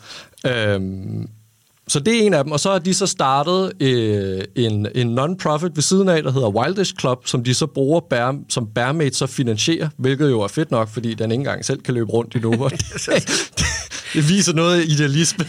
[SPEAKER 1] Øhm, så det er en af dem, og så har de så startet øh, en, en non-profit ved siden af, der hedder Wildish Club, som de så bruger, Bear, som Bearmade så finansierer, hvilket jo er fedt nok, fordi den ikke engang selv kan løbe rundt endnu. det, det, det viser noget af idealisme.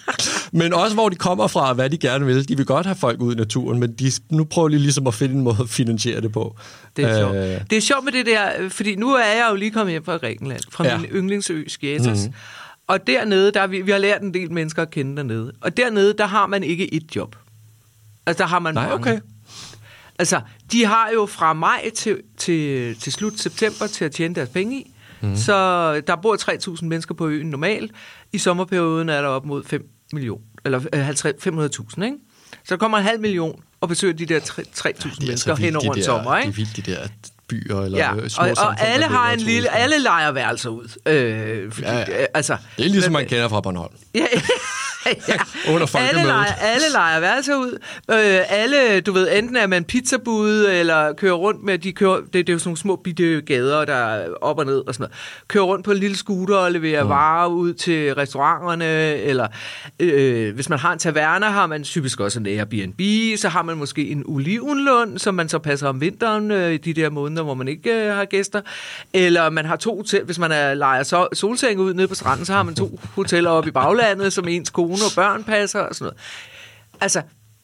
[SPEAKER 1] Men også hvor de kommer fra, og hvad de gerne vil. De vil godt have folk ud i naturen, men de, nu prøver de ligesom at finde en måde at finansiere det på.
[SPEAKER 2] Det er sjovt. Øh, det er sjovt med det der, fordi nu er jeg jo lige kommet hjem fra Grækenland, fra ja. min yndlingsø, Skiathos. Mm-hmm. Og dernede, der vi, vi har lært en del mennesker at kende dernede. Og dernede, der har man ikke et job. Altså, der har man
[SPEAKER 1] Nej,
[SPEAKER 2] mange.
[SPEAKER 1] okay.
[SPEAKER 2] Altså, de har jo fra maj til, til, til slut september til at tjene deres penge i. Mm. Så der bor tre tusind mennesker på øen normalt. I sommerperioden er der op mod fem millioner, eller halvtreds fem hundrede tusind, ikke? Så der kommer en halv million og besøger de der tre tusind ja, mennesker hen rundt sommer, ikke?
[SPEAKER 1] Det er vildt, de der byer eller
[SPEAKER 2] ja,
[SPEAKER 1] små
[SPEAKER 2] og,
[SPEAKER 1] samfund.
[SPEAKER 2] Og alle har en lille, alle lejer værelser ud. Øh, fordi,
[SPEAKER 1] ja, ja.
[SPEAKER 2] Altså,
[SPEAKER 1] det er ligesom man kender fra Bornholm.
[SPEAKER 2] Ja, ja. alle, lejer, alle lejer værelser ud. Øh, alle, du ved, enten er man pizzabud, eller kører rundt med, de kører, det, det er jo sådan nogle små bitte gader, der er op og ned og sådan noget. Kører rundt på en lille scooter og leverer mm. varer ud til restauranterne, eller øh, hvis man har en taverne, har man typisk også en Airbnb, så har man måske en olivenlund, som man så passer om vinteren, øh, de der måneder, hvor man ikke øh, har gæster. Eller man har to hoteller, hvis man er, lejer so- solsenge ud nede på stranden, så har man to hoteller oppe i baglandet, som ens kone og børn passer og sådan noget. Altså,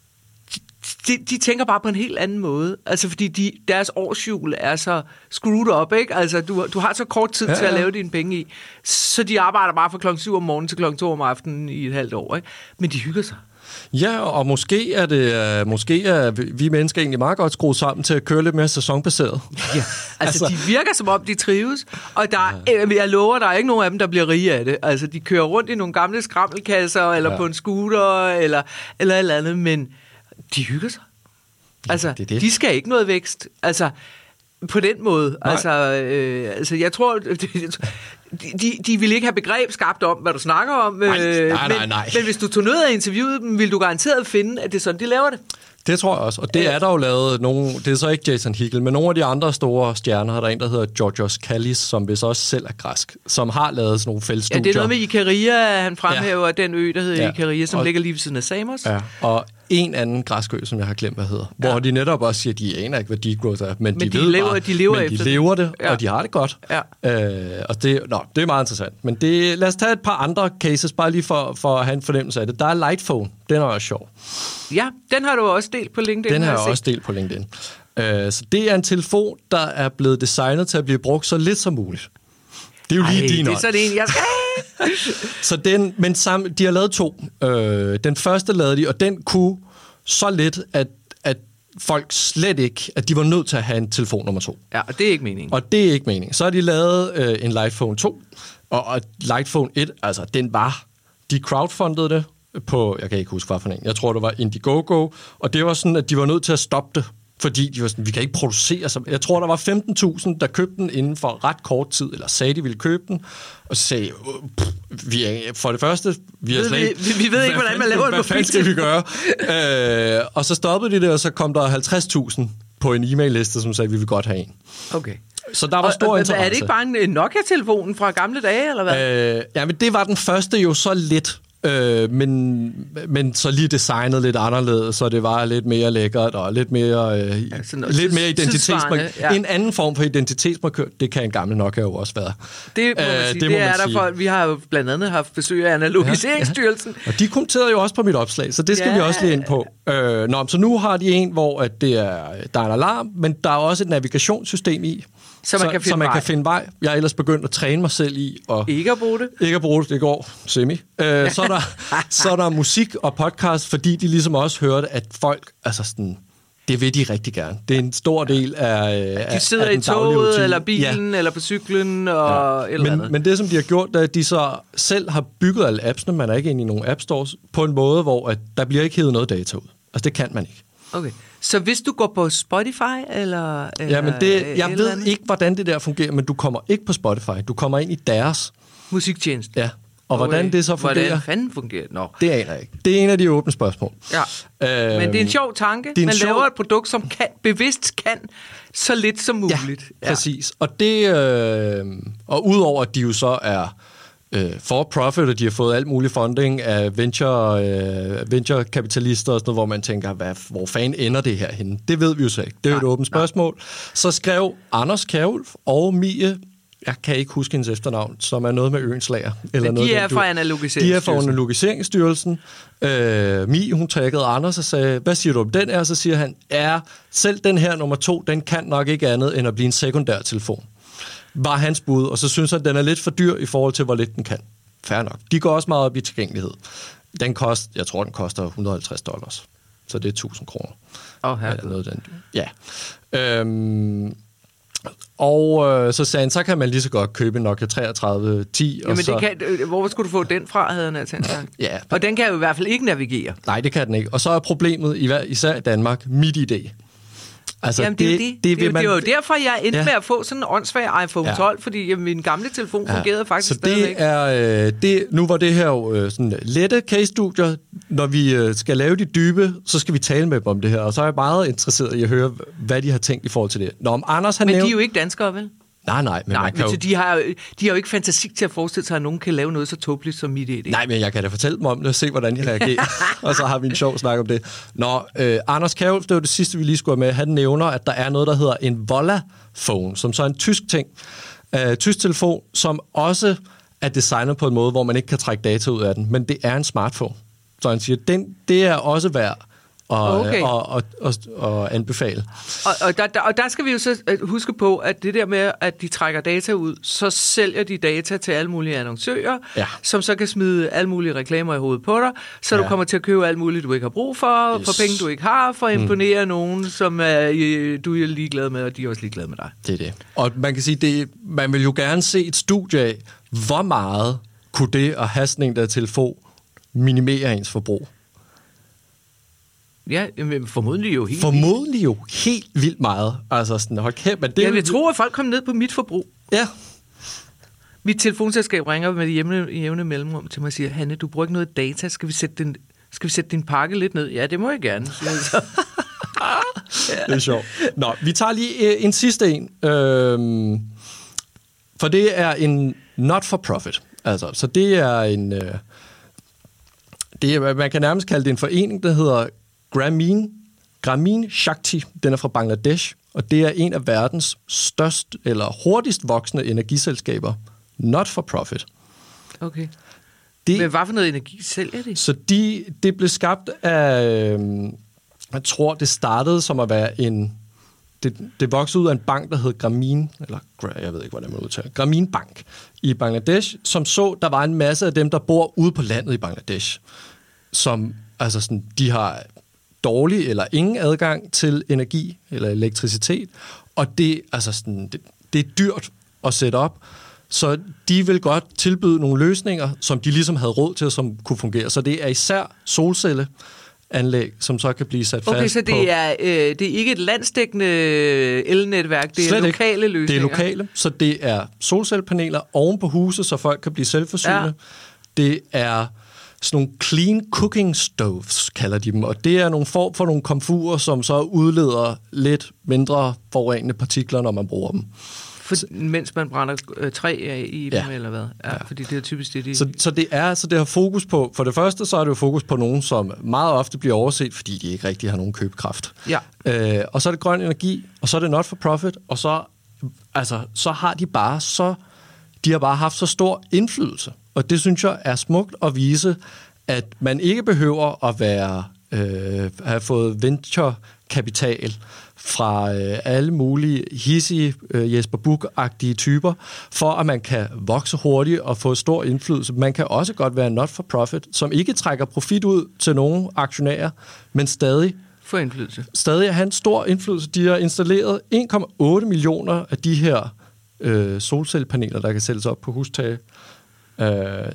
[SPEAKER 2] de, de tænker bare på en helt anden måde. Altså, fordi de, deres årsjul er så screwed up, ikke? Altså, du, du har så kort tid ja, til at ja. lave dine penge i, så de arbejder bare fra klokken syv om morgenen til klokken to om aftenen i et halvt år, ikke? Men de hygger sig.
[SPEAKER 1] Ja, og måske er det uh, måske er vi mennesker egentlig meget godt skruet sammen til at køre lidt mere sæsonbaseret.
[SPEAKER 2] Ja, altså, altså de virker som om de trives, og der er, jeg lover, der er ikke nogen af dem, der bliver rige af det. Altså de kører rundt i nogle gamle skrammelkasser, eller ja. på en scooter, eller eller et eller andet, men de hygger sig. Altså, det det. De skal ikke noget vækst. Altså, på den måde. Altså, øh, altså, jeg tror... De, de vil ikke have begreb skabt om, hvad du snakker om.
[SPEAKER 1] Nej, nej, nej,
[SPEAKER 2] men,
[SPEAKER 1] nej.
[SPEAKER 2] men hvis du tog ned og interviewede dem, vil du garanteret finde, at det er sådan, de laver det.
[SPEAKER 1] Det tror jeg også, og det er der jo lavet nogle, det er så ikke Jason Hickel, men nogle af de andre store stjerner, der er en, der hedder Georgios Kallis, som vist også selv er græsk, som har lavet sådan nogle feltstudier.
[SPEAKER 2] Ja, det er noget med Ikaria, han fremhæver,
[SPEAKER 1] ja.
[SPEAKER 2] den ø, der hedder
[SPEAKER 1] ja.
[SPEAKER 2] Ikaria, som
[SPEAKER 1] og,
[SPEAKER 2] ligger lige ved siden af Samos.
[SPEAKER 1] Ja, og en anden græsk ø, som jeg har glemt, hvad hedder, ja. hvor de netop også siger, at de aner ikke, hvad degrowth er, men, men de, de ved
[SPEAKER 2] lever,
[SPEAKER 1] bare,
[SPEAKER 2] de lever
[SPEAKER 1] men
[SPEAKER 2] efter
[SPEAKER 1] de lever det,
[SPEAKER 2] ja.
[SPEAKER 1] og de har det godt.
[SPEAKER 2] Ja.
[SPEAKER 1] Øh, og det, nå, det er meget interessant. Men det, lad os tage et par andre cases, bare lige for, for at have en fornemmelse af det. Der er Lightphone, den er også sjov.
[SPEAKER 2] Ja, den har du også delt på LinkedIn.
[SPEAKER 1] Den har jeg også delt på LinkedIn. Uh, så det er en telefon, der er blevet designet til at blive brugt så lidt som muligt. Det er jo
[SPEAKER 2] Ej,
[SPEAKER 1] lige din
[SPEAKER 2] det er sådan en, jeg skal.
[SPEAKER 1] Så den, men sammen, de har lavet to. Uh, den første lavede de, og den kunne så lidt, at, at folk slet ikke, at de var nødt til at have en telefon nummer to.
[SPEAKER 2] Ja, og det er ikke meningen.
[SPEAKER 1] Og det er ikke meningen. Så har de lavet uh, en Lightphone to, og, og Lightphone et, altså den var, de crowdfundede det på, jeg kan ikke huske, hvad for en. Jeg tror, det var Indiegogo, og det var sådan, at de var nødt til at stoppe det, fordi de var sådan, vi kan ikke producere. Så jeg tror, der var femten tusind, der købte den inden for ret kort tid, eller sagde, de ville købe den, og så sagde vi er, for det første, vi har slet ikke...
[SPEAKER 2] Vi, vi ved ikke, hvordan man laver en
[SPEAKER 1] Hvad fanden skal vi gøre? øh, og så stoppede de det, og så kom der halvtreds tusind på en e-mail-liste, som sagde, vi vil godt have en.
[SPEAKER 2] Okay.
[SPEAKER 1] Så der var stor
[SPEAKER 2] og,
[SPEAKER 1] interesse.
[SPEAKER 2] Er det ikke bare en Nokia-telefonen fra gamle dage, eller hvad?
[SPEAKER 1] Øh, ja, men det var den første jo så lidt. Øh, men, men så lige designet lidt anderledes, så det var lidt mere lækkert og lidt mere, øh, ja, noget, lidt mere identitetsmarkør. Ja. En anden form for identitetsmarkør, det kan en gammel Nokia jo også være.
[SPEAKER 2] Det må man sige. Øh, det, det må er man der sige. For, vi har jo blandt andet haft besøg af Analogiseringsstyrelsen. Ja,
[SPEAKER 1] ja. Og de kommenterede jo også på mit opslag, så det skal ja, vi også lige ind på. Øh, nå, så nu har de en, hvor at det er, der er en alarm, men der er også et navigationssystem i,
[SPEAKER 2] så man, så, kan, finde
[SPEAKER 1] så man
[SPEAKER 2] vej.
[SPEAKER 1] kan finde vej. Jeg er ellers begyndt at træne mig selv i. Og
[SPEAKER 2] ikke at bruge det.
[SPEAKER 1] Ikke at bruge det, det går semi. Øh, så, er der, så er der musik og podcast, fordi de ligesom også hørte, at folk, altså sådan, det vil de rigtig gerne. Det er en stor del af
[SPEAKER 2] de sidder
[SPEAKER 1] af
[SPEAKER 2] i toget, eller bilen, ja. eller på cyklen, og ja. eller
[SPEAKER 1] men,
[SPEAKER 2] andet.
[SPEAKER 1] Men det, som de har gjort, er, at de så selv har bygget alle appsene, man er ikke inde i nogle app stores, på en måde, hvor at der bliver ikke hævet noget data ud. Altså, det kan man ikke.
[SPEAKER 2] Okay. Så hvis du går på Spotify, eller... eller
[SPEAKER 1] ja, men det, jeg ved
[SPEAKER 2] andet?
[SPEAKER 1] ikke, hvordan det der fungerer, men du kommer ikke på Spotify. Du kommer ind i deres...
[SPEAKER 2] musiktjeneste.
[SPEAKER 1] Ja. Og okay. hvordan det så fungerer...
[SPEAKER 2] Hvordan fanden fungerer det? No.
[SPEAKER 1] Det aner jeg ikke. Det er en af de åbne spørgsmål.
[SPEAKER 2] Ja. Øhm, men det er en sjov tanke. Man sjov... laver et produkt, som kan, bevidst kan så lidt som muligt.
[SPEAKER 1] Ja, præcis. Og det... Øh, og udover at de jo så er... for profit, og de har fået alt muligt funding af venture, øh, venture-kapitalister og sådan noget, hvor man tænker, hvad, hvor fanden ender det her henne? Det ved vi jo så ikke. Det er jo et åbent spørgsmål. Så skrev Anders Kjærulf og Mie, jeg kan ikke huske hendes efternavn, som er noget med øens lager. Eller
[SPEAKER 2] Men de
[SPEAKER 1] noget,
[SPEAKER 2] er fra Analogiseringsstyrelsen.
[SPEAKER 1] De er fra Analogiseringsstyrelsen. Øh, Mie, hun taggede Anders og sagde, hvad siger du om den her? Så siger han, ja, selv den her nummer to, den kan nok ikke andet end at blive en sekundær telefon. Var hans bud, og så synes han, at den er lidt for dyr i forhold til, hvor lidt den kan. Fair nok. De går også meget op i tilgængelighed. Den kost, jeg tror, den koster et hundrede og halvtreds dollars. Så det er tusind kroner.
[SPEAKER 2] Åh, oh, herregud.
[SPEAKER 1] Noget den. Ja. Øhm, Og øh, så sagde han, så kan man lige så godt købe en Nokia treogtredive ti.
[SPEAKER 2] Jamen,
[SPEAKER 1] og så...
[SPEAKER 2] det kan, hvor skulle du få den fra, havde han altså sagt.
[SPEAKER 1] Ja.
[SPEAKER 2] Og den kan jo i hvert fald ikke navigere.
[SPEAKER 1] Nej, det kan den ikke. Og så er problemet, især i Danmark, MitID.
[SPEAKER 2] Altså, Jamen, det, det, det, det, det, man... det var jo derfor, jeg endte ja. med at få sådan en åndssvag iPhone ja. tolv, fordi jamen, min gamle telefon ja. fungerede faktisk
[SPEAKER 1] så
[SPEAKER 2] stadigvæk.
[SPEAKER 1] Det er, øh, det, nu var det her jo øh, sådan lette case-studier. Når vi øh, skal lave de dybe, så skal vi tale med dem om det her. Og så er jeg meget interesseret i at høre, hvad de har tænkt i forhold til det. Nå, om Anders, han
[SPEAKER 2] men
[SPEAKER 1] nævnt...
[SPEAKER 2] de er jo ikke danskere, vel?
[SPEAKER 1] Nej, nej. Men,
[SPEAKER 2] nej,
[SPEAKER 1] man kan
[SPEAKER 2] men
[SPEAKER 1] jo...
[SPEAKER 2] de, har, de har jo ikke fantasi til at forestille sig, at nogen kan lave noget så tåbeligt som MitID.
[SPEAKER 1] Nej, men jeg kan da fortælle dem om det og se, hvordan de reagerer. Og så har vi en sjov snak om det. Nå, øh, Anders Kjærulf, det var det sidste, vi lige skulle have med. Han nævner, at der er noget, der hedder en Volla-phone, som så er en tysk ting. Øh, tysk telefon, som også er designet på en måde, hvor man ikke kan trække data ud af den. Men det er en smartphone. Så han siger, den, det er også værd og, okay. og, og, og, og anbefale.
[SPEAKER 2] Og, og, der, der, og der skal vi jo så huske på, at det der med, at de trækker data ud, så sælger de data til alle mulige annoncører, ja. som så kan smide alle mulige reklamer i hovedet på dig, så ja. du kommer til at købe alt muligt, du ikke har brug for, yes. for penge, du ikke har, for at imponere mm. nogen, som er, du er ligeglad med, og de er også ligeglade med dig.
[SPEAKER 1] Det er det. Og man kan sige, det, man vil jo gerne se et studie af, hvor meget kunne det at have sådan en der telefon minimere ens forbrug.
[SPEAKER 2] Ja, men formodentlig jo helt
[SPEAKER 1] Formodentlig vildt. jo helt vildt meget. Altså sådan, hold kæft, men det
[SPEAKER 2] jeg vil tro, at folk kommer ned på mit forbrug.
[SPEAKER 1] Ja.
[SPEAKER 2] Mit telefonselskab ringer med jævne, jævne mellemrum til mig og siger, Hanne, du bruger ikke noget data, skal vi sætte din, skal vi sætte din pakke lidt ned? Ja, det må jeg gerne. Så.
[SPEAKER 1] Det er sjovt. Nå, vi tager lige en sidste en. Øhm, for det er en not-for-profit. Altså, så det er en... Øh, det er, man kan nærmest kalde det en forening, der hedder Grameen, Grameen Shakti. Den er fra Bangladesh, og det er en af verdens størst eller hurtigst voksende energiselskaber. Not for profit.
[SPEAKER 2] Okay. Det, men hvad for noget energi sælger de?
[SPEAKER 1] Så de, det blev skabt af, jeg tror, det startede som at være en, det, det voksede ud af en bank, der hed Grameen, eller jeg ved ikke, hvordan man udtaler, Grameen Bank i Bangladesh, som så, der var en masse af dem, der bor ude på landet i Bangladesh, som, altså sådan, de har dårlig eller ingen adgang til energi eller elektricitet, og det, altså sådan, det, det er dyrt at sætte op, så de vil godt tilbyde nogle løsninger, som de ligesom havde råd til, som kunne fungere. Så det er især solcelleanlæg, som så kan blive sat
[SPEAKER 2] okay,
[SPEAKER 1] fast
[SPEAKER 2] så det
[SPEAKER 1] på...
[SPEAKER 2] er, øh, det er ikke et landsdækkende elnetværk, det er lokale ikke. løsninger?
[SPEAKER 1] Det er lokale, så det er solcellepaneler oven på huset, så folk kan blive selvforsynende. Ja. Det er sådan nogle clean cooking stoves, kalder de dem, og det er nogle form for nogle komfurer, som så udleder lidt mindre forurenende partikler, når man bruger dem.
[SPEAKER 2] For, mens man brænder øh, træ af i dem, ja. eller hvad? Ja, ja. Fordi det er typisk det, de...
[SPEAKER 1] Så, så det er, så det har fokus på, for det første, så er det jo fokus på nogen, som meget ofte bliver overset, fordi de ikke rigtig har nogen købekraft.
[SPEAKER 2] Ja.
[SPEAKER 1] Øh, og så er det grøn energi, og så er det not for profit, og så, altså, så har de bare så, de har bare haft så stor indflydelse. Og det synes jeg er smukt at vise, at man ikke behøver at være, øh, have fået venture-kapital fra øh, alle mulige hissige øh, Jesper Buch-agtige typer, for at man kan vokse hurtigt og få stor indflydelse. Man kan også godt være not-for-profit, som ikke trækker profit ud til nogle aktionærer, men stadig
[SPEAKER 2] få indflydelse.
[SPEAKER 1] Stadig har en stor indflydelse. De har installeret en komma otte millioner af de her øh, solcellepaneler, der kan sættes op på hustage, øh,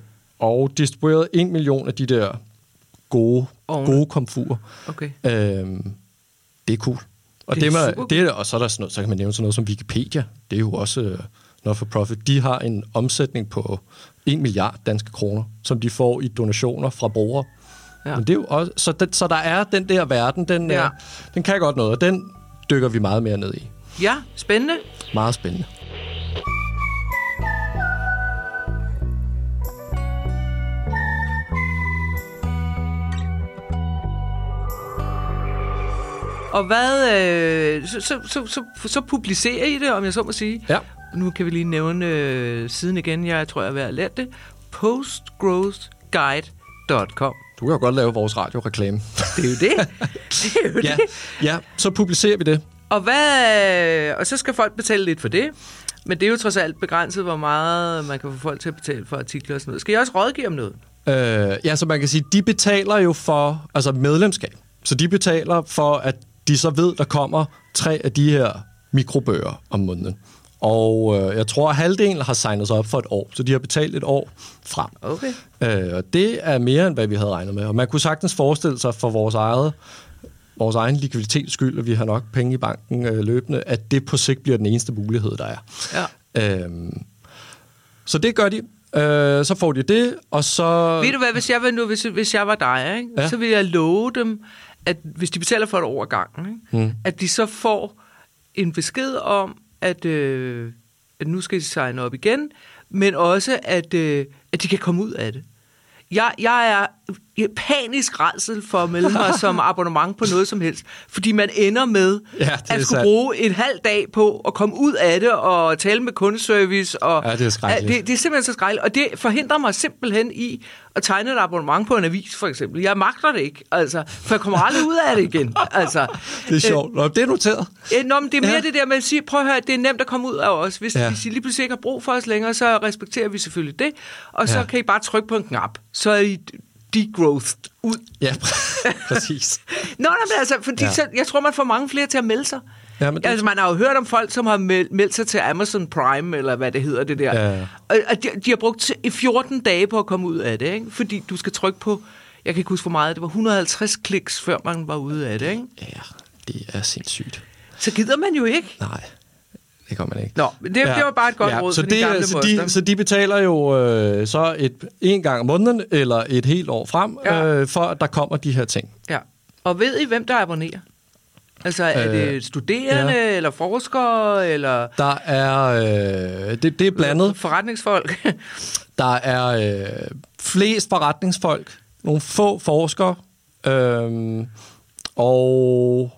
[SPEAKER 1] og distribueret en million af de der gode, gode komfurer.
[SPEAKER 2] Okay.
[SPEAKER 1] Øh, det er cool. Og, det er det det, og så, er der sådan noget, så kan man nævne sådan noget som Wikipedia. Det er jo også uh, not for profit. De har en omsætning på en milliard danske kroner, som de får i donationer fra brugere. Ja. Men det er jo også, så, det, så der er den der verden, den, ja. uh, den kan godt noget, og den dykker vi meget mere ned i.
[SPEAKER 2] Ja, spændende.
[SPEAKER 1] Meget spændende.
[SPEAKER 2] Og hvad, øh, så, så, så, så, så publicerer I det, om jeg så må sige.
[SPEAKER 1] Ja.
[SPEAKER 2] Nu kan vi lige nævne øh, siden igen, jeg tror, jeg har lært det. postgrowth guide punktum com.
[SPEAKER 1] Du kan jo godt lave vores radioreklame.
[SPEAKER 2] Det er jo det. Det er jo
[SPEAKER 1] ja.
[SPEAKER 2] det.
[SPEAKER 1] Ja, så publicerer vi det.
[SPEAKER 2] Og, hvad, og så skal folk betale lidt for det. Men det er jo trods alt begrænset, hvor meget man kan få folk til at betale for artikler og sådan noget. Skal I også rådgive om noget?
[SPEAKER 1] Øh, ja, så man kan sige, de betaler jo for altså medlemskab. Så de betaler for, at de så ved, der kommer tre af de her mikrobøger om måneden. Og øh, jeg tror, at halvdelen har signet sig op for et år, så de har betalt et år frem.
[SPEAKER 2] Okay.
[SPEAKER 1] Øh, og det er mere, end hvad vi havde regnet med. Og man kunne sagtens forestille sig for vores eget, vores egen likviditets skyld, at vi har nok penge i banken øh, løbende, at det på sigt bliver den eneste mulighed, der er.
[SPEAKER 2] Ja.
[SPEAKER 1] Øh, så det gør de. Øh, så får de det, og så...
[SPEAKER 2] Ved du hvad, hvis jeg var, nu, hvis, hvis jeg var dig, ikke? Ja. Så ville jeg love dem, at hvis de betaler for et år ad gangen, ikke? Mm. At de så får en besked om, at, øh, at nu skal de signe op igen, men også, at, øh, at de kan komme ud af det. Jeg, jeg er panisk rædsel for at melde mig som abonnement på noget som helst, fordi man ender med ja, at skulle sandt. bruge en halv dag på at komme ud af det og tale med kundeservice. Og
[SPEAKER 1] ja, det er skrækkeligt.
[SPEAKER 2] Det, det er simpelthen så skrækkeligt, og det forhindrer mig simpelthen i at tegne et abonnement på en avis, for eksempel. Jeg magter det ikke, altså, for jeg kommer aldrig ud af det igen. Altså,
[SPEAKER 1] det er sjovt. Nå, det er noteret.
[SPEAKER 2] Øh, nå, men det er mere ja. det der med at sige, prøv at høre, det er nemt at komme ud af os. Hvis, ja. hvis I lige pludselig ikke har brug for os længere, så respekterer vi selvfølgelig det, og så ja. kan I bare trykke på en knap. Så er I degrowthed ud.
[SPEAKER 1] Ja, præcis.
[SPEAKER 2] Nå, nej, men altså, fordi ja. så, jeg tror, man får mange flere til at melde sig.
[SPEAKER 1] Ja, men det...
[SPEAKER 2] Altså, man har jo hørt om folk, som har meldt, meldt sig til Amazon Prime, eller hvad det hedder, det der. Ja, ja. Og, og de, de har brugt fjorten dage på at komme ud af det, ikke? Fordi du skal trykke på, jeg kan ikke huske, hvor meget, det var et hundrede og halvtreds kliks, før man var ude af det, ikke?
[SPEAKER 1] Ja, det er sindssygt.
[SPEAKER 2] Så gider man jo ikke.
[SPEAKER 1] Nej. Det kan man ikke.
[SPEAKER 2] Nå, men det, ja. det var bare et godt ja, råd
[SPEAKER 1] så
[SPEAKER 2] for
[SPEAKER 1] det,
[SPEAKER 2] de gamle
[SPEAKER 1] så de, så de betaler jo øh, så et, en gang om måneden, eller et helt år frem, ja. øh, for at der kommer de her ting.
[SPEAKER 2] Ja. Og ved I, hvem der abonnerer? Altså, er det øh, studerende, ja. eller forskere, eller...
[SPEAKER 1] Der er... Øh, det, det er blandet.
[SPEAKER 2] Forretningsfolk.
[SPEAKER 1] Der er øh, flest forretningsfolk, nogle få forskere, øh, og...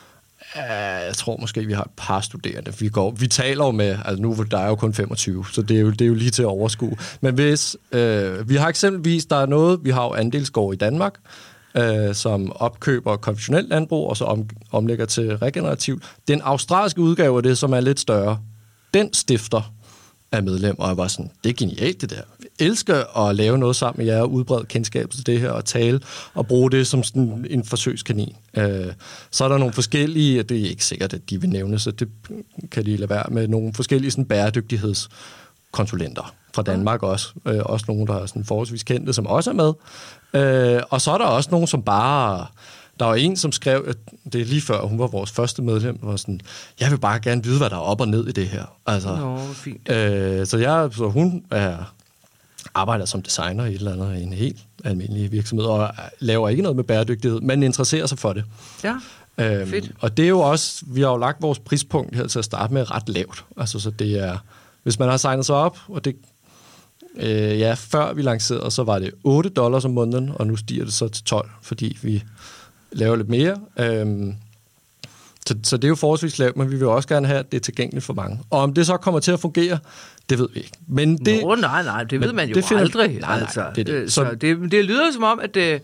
[SPEAKER 1] Jeg tror måske, vi har et par studerende. Vi, går, vi taler jo med, altså nu der er jo kun femogtyve, så det er jo, det er jo lige til at overskue. Men hvis, øh, vi har eksempelvis, der er noget, vi har jo andelsgård i Danmark, øh, som opkøber konventionelt landbrug, og så om, omlægger til regenerativt. Den australske udgave af det, som er lidt større, den stifter af medlem, og jeg var sådan, det er genialt det der. Jeg elsker at lave noget sammen med jer, og udbrede kendskab til det her, og tale, og bruge det som sådan en forsøgskanin. Øh, så er der nogle forskellige, det er ikke sikkert, at de vil nævne, så det kan de lade være med, nogle forskellige sådan, bæredygtighedskonsulenter fra Danmark også. Øh, også nogle, der er sådan forholdsvis kendte, som også er med. Øh, og så er der også nogle, som bare... Der var en, som skrev, at det er lige før, hun var vores første medlem, var sådan, jeg vil bare gerne vide, hvad der er op og ned i det her. Altså,
[SPEAKER 2] Nå, fint.
[SPEAKER 1] Øh, så, jeg, så hun er, arbejder som designer i et eller andet, i en helt almindelig virksomhed, og laver ikke noget med bæredygtighed, men interesserer sig for det.
[SPEAKER 2] Ja,
[SPEAKER 1] øhm,
[SPEAKER 2] fedt.
[SPEAKER 1] Og det er jo også, vi har jo lagt vores prispunkt her til at starte med ret lavt. Altså, så det er, hvis man har signet sig op, og det, øh, ja, før vi lancerede, så var det otte dollars om måneden, og nu stiger det så til tolv, fordi vi laver lidt mere. Øhm, så, så det er jo forholdsvis lavt, men vi vil også gerne have, at det er tilgængeligt for mange. Og om det så kommer til at fungere, det ved vi ikke. Men det,
[SPEAKER 2] Nå, nej, nej, det ved man jo
[SPEAKER 1] det finder,
[SPEAKER 2] aldrig.
[SPEAKER 1] Nej, nej,
[SPEAKER 2] altså.
[SPEAKER 1] det, det.
[SPEAKER 2] Så, så det, det lyder som om, at det,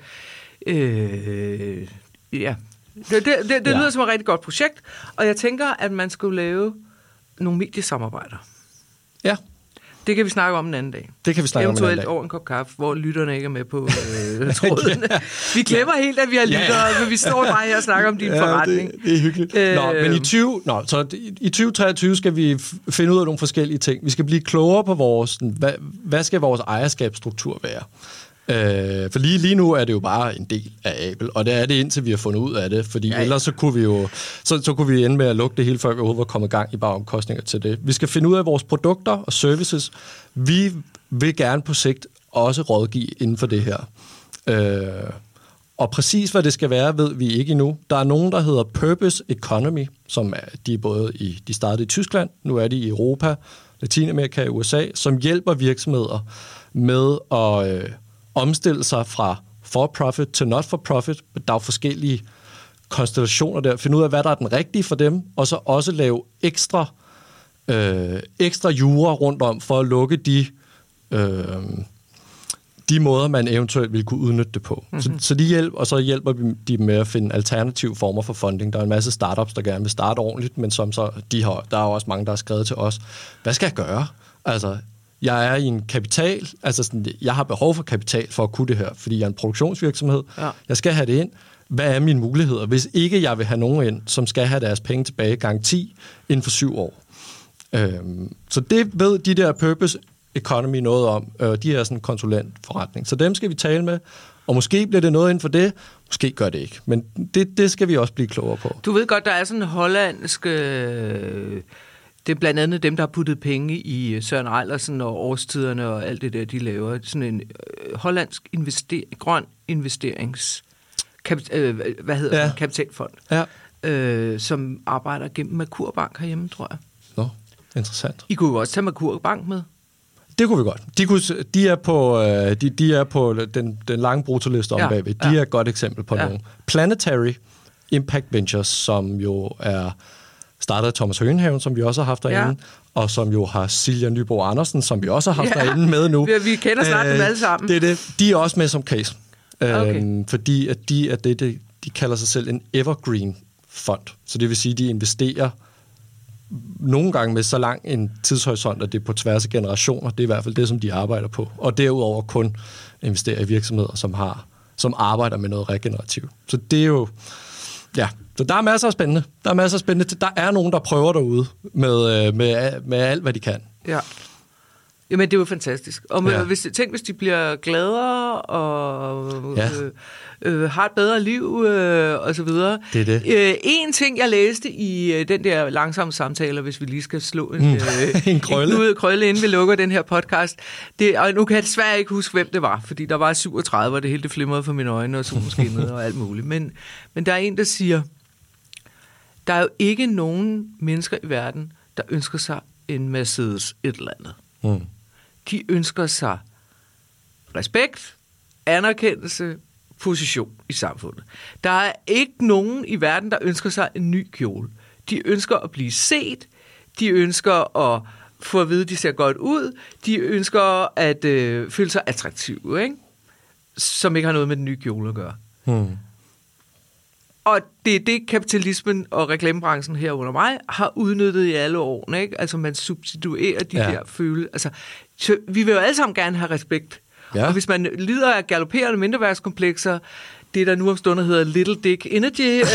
[SPEAKER 2] øh, ja, det, det, det, det ja. lyder som et rigtig godt projekt, og jeg tænker, at man skulle lave nogle mediesamarbejder.
[SPEAKER 1] Ja.
[SPEAKER 2] Det kan vi snakke om en anden dag.
[SPEAKER 1] Det kan vi snakke
[SPEAKER 2] Eventuelt
[SPEAKER 1] om en anden dag.
[SPEAKER 2] over en kop kaffe, hvor lytterne ikke er med på øh, tråden. ja. Vi glemmer ja. helt, at vi har lyttere, ja, ja. men vi står bare her og snakker om din ja, forretning.
[SPEAKER 1] Det, det er hyggeligt. Øh, nå, men i, tyve, nå, så i tyve treogtyve skal vi finde ud af nogle forskellige ting. Vi skal blive klogere på vores, hvad, hvad skal vores ejerskabsstruktur være? Øh, for lige, lige nu er det jo bare en del af Abel, og det er det indtil vi har fundet ud af det, fordi ja, ja. ellers så kunne vi jo så, så kunne vi ende med at lukke det hele, før vi overhovedet var kommet i gang i bare omkostninger til det. Vi skal finde ud af vores produkter og services. Vi vil gerne på sigt også rådgive inden for det her. Øh, og præcis hvad det skal være, ved vi ikke endnu. Der er nogen, der hedder Purpose Economy, som er, de er både i, de startede i Tyskland, nu er de i Europa, Latinamerika og U S A, som hjælper virksomheder med at øh, omstille sig fra for-profit til not-for-profit. Der er jo forskellige konstellationer der. Finde ud af, hvad der er den rigtige for dem, og så også lave ekstra, øh, ekstra jura rundt om, for at lukke de, øh, de måder, man eventuelt vil kunne udnytte det på. Mm-hmm. Så, så de hjælper, og så hjælper de dem med at finde alternative former for funding. Der er en masse startups, der gerne vil starte ordentligt, men som så, de har, der er også mange, der har skrevet til os, hvad skal jeg gøre? Altså, jeg er i en kapital, altså sådan, jeg har behov for kapital for at kunne det her, fordi jeg er en produktionsvirksomhed. Ja. Jeg skal have det ind. Hvad er mine muligheder, hvis ikke jeg vil have nogen ind, som skal have deres penge tilbage garanti inden for syv år? Øhm, så det ved de der purpose economy noget om. Øh, de er sådan en konsulentforretning. Så dem skal vi tale med, og måske bliver det noget inden for det, måske gør det ikke. Men det, det skal vi også blive klogere på.
[SPEAKER 2] Du ved godt, der er sådan en hollandsk... Øh, det er blandt andet dem, der har puttet penge i Søren Eilersen og årstiderne og alt det der, de laver. Sådan en øh, hollandsk invester- grøn investerings... Kapit- øh, hvad hedder
[SPEAKER 1] ja.
[SPEAKER 2] det? Kapitalfond.
[SPEAKER 1] Ja.
[SPEAKER 2] Øh, som arbejder gennem Merkur Bank herhjemme, tror jeg.
[SPEAKER 1] Nå, interessant.
[SPEAKER 2] I kunne jo også tage Merkur Bank med.
[SPEAKER 1] Det kunne vi godt. De, kunne, de er på, de, de er på den, den lange brutoliste om ja, bagved. De ja. er et godt eksempel på ja. nogle. Planetary Impact Ventures, som jo er startet af Thomas Høgenhaven, som vi også har haft derinde, ja. og som jo har Silja Nyborg Andersen, som vi også har haft ja. derinde med nu.
[SPEAKER 2] Vi, vi kender snart Æh, dem alle sammen.
[SPEAKER 1] Det er det. De er også med som case.
[SPEAKER 2] Okay.
[SPEAKER 1] Øhm, fordi at de, at det, det, de kalder sig selv en evergreen fond. Så det vil sige, at de investerer nogle gange med så lang en tidshorisont, at det er på tværs af generationer. Det er i hvert fald det, som de arbejder på. Og derudover kun investerer i virksomheder, som har, som arbejder med noget regenerativt. Så det er jo... Ja, så der er masser af spændende. Der er masser af spændende. Der er nogen, der prøver derude med, med, med alt, hvad de kan.
[SPEAKER 2] Ja. Jamen, det er jo fantastisk. Og med,
[SPEAKER 1] ja.
[SPEAKER 2] hvis, tænk, hvis de bliver gladere og
[SPEAKER 1] ja.
[SPEAKER 2] øh, øh, har et bedre liv øh, og så videre.
[SPEAKER 1] Det er det.
[SPEAKER 2] Øh, en ting, jeg læste i øh, den der langsomme samtaler, hvis vi lige skal slå en,
[SPEAKER 1] mm.
[SPEAKER 2] øh,
[SPEAKER 1] en krølle.
[SPEAKER 2] en krølle, inden vi lukker den her podcast. Det, og nu kan jeg desværre ikke huske, hvem det var, fordi der var syvogtredive, og det hele det flimrede for mine øjne, og solen skinnede og alt muligt. Men, men der er en, der siger, der er jo ikke nogen mennesker i verden, der ønsker sig en Mercedes et eller andet.
[SPEAKER 1] Mm.
[SPEAKER 2] De ønsker sig respekt, anerkendelse, position i samfundet. Der er ikke nogen i verden, der ønsker sig en ny kjole. De ønsker at blive set, de ønsker at få at vide, at de ser godt ud, de ønsker at øh, føle sig attraktive, ikke? Som ikke har noget med den nye kjole at gøre.
[SPEAKER 1] Hmm.
[SPEAKER 2] Og det er det, kapitalismen og reklamebranchen her under mig har udnyttet i alle årene, ikke? Altså man substituerer de ja. der følelser. Altså, så vi vil jo alle sammen gerne have respekt. Ja. Og hvis man lider af galopperende mindreværdskomplekser, det der nu om stunder hedder Little Dick Energy, øh,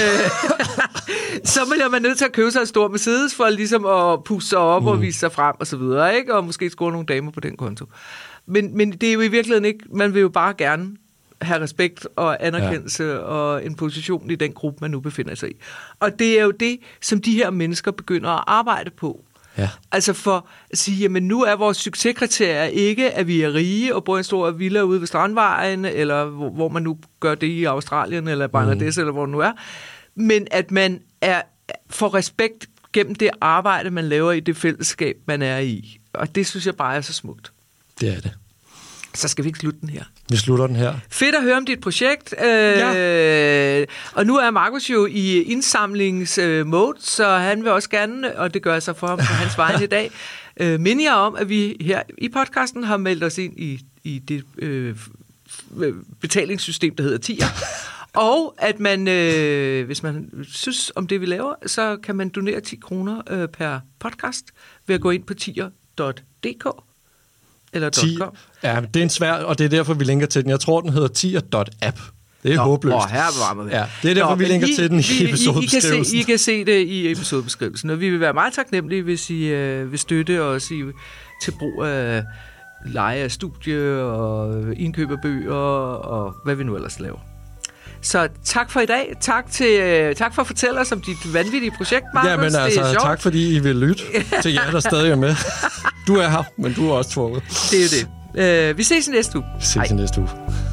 [SPEAKER 2] så bliver man nødt til at købe sig en stor Mercedes for ligesom at puste sig op mm. og vise sig frem og så videre, ikke? Og måske score nogle damer på den konto. Men, men det er jo i virkeligheden ikke, man vil jo bare gerne have respekt og anerkendelse ja. og en position i den gruppe, man nu befinder sig i. Og det er jo det, som de her mennesker begynder at arbejde på.
[SPEAKER 1] Ja.
[SPEAKER 2] Altså for at sige, jamen nu er vores succeskriterie ikke, at vi er rige og bor i en stor villa ude ved Strandvejen, eller hvor, hvor man nu gør det i Australien, eller Bangladesh, mm. eller hvor det nu er, men at man er, får respekt gennem det arbejde, man laver i det fællesskab, man er i. Og det synes jeg bare er så smukt.
[SPEAKER 1] Det er det.
[SPEAKER 2] Så skal vi ikke slutte den her.
[SPEAKER 1] Vi slutter den her.
[SPEAKER 2] Fedt at høre om dit projekt. Øh, ja. Og nu er Markus jo i indsamlingsmode, så han vil også gerne, og det gør sig for ham på hans vegne i dag, øh, minde jer om, at vi her i podcasten har meldt os ind i, i det øh, betalingssystem, der hedder Tier. Og at man, øh, hvis man synes om det, vi laver, så kan man donere ti kroner øh, per podcast ved at gå ind på tier punktum d k. Eller
[SPEAKER 1] ti, ja, det er en svær, og det er derfor, vi linker til den. Jeg tror, den hedder tier punktum app. Det er Nå, håbløst.
[SPEAKER 2] Åh, her var
[SPEAKER 1] ja, det er derfor, Nå, vi linker I, til den i, i episodebeskrivelsen.
[SPEAKER 2] I, I, I kan se det i episodebeskrivelsen, og vi vil være meget taknemmelige, hvis I øh, vil støtte os i, til brug af leje af studie og indkøb af bøger og hvad vi nu ellers laver. Så tak for i dag. Tak, til, øh, tak for at fortælle os om dit vanvittige projekt, Markus.
[SPEAKER 1] Ja, men altså, tak fordi I vil lytte til jer, der stadig er med. Du er her, men du er også tvunget.
[SPEAKER 2] Det er jo det. Uh, vi ses i næste uge.
[SPEAKER 1] Vi ses Hej. i næste uge.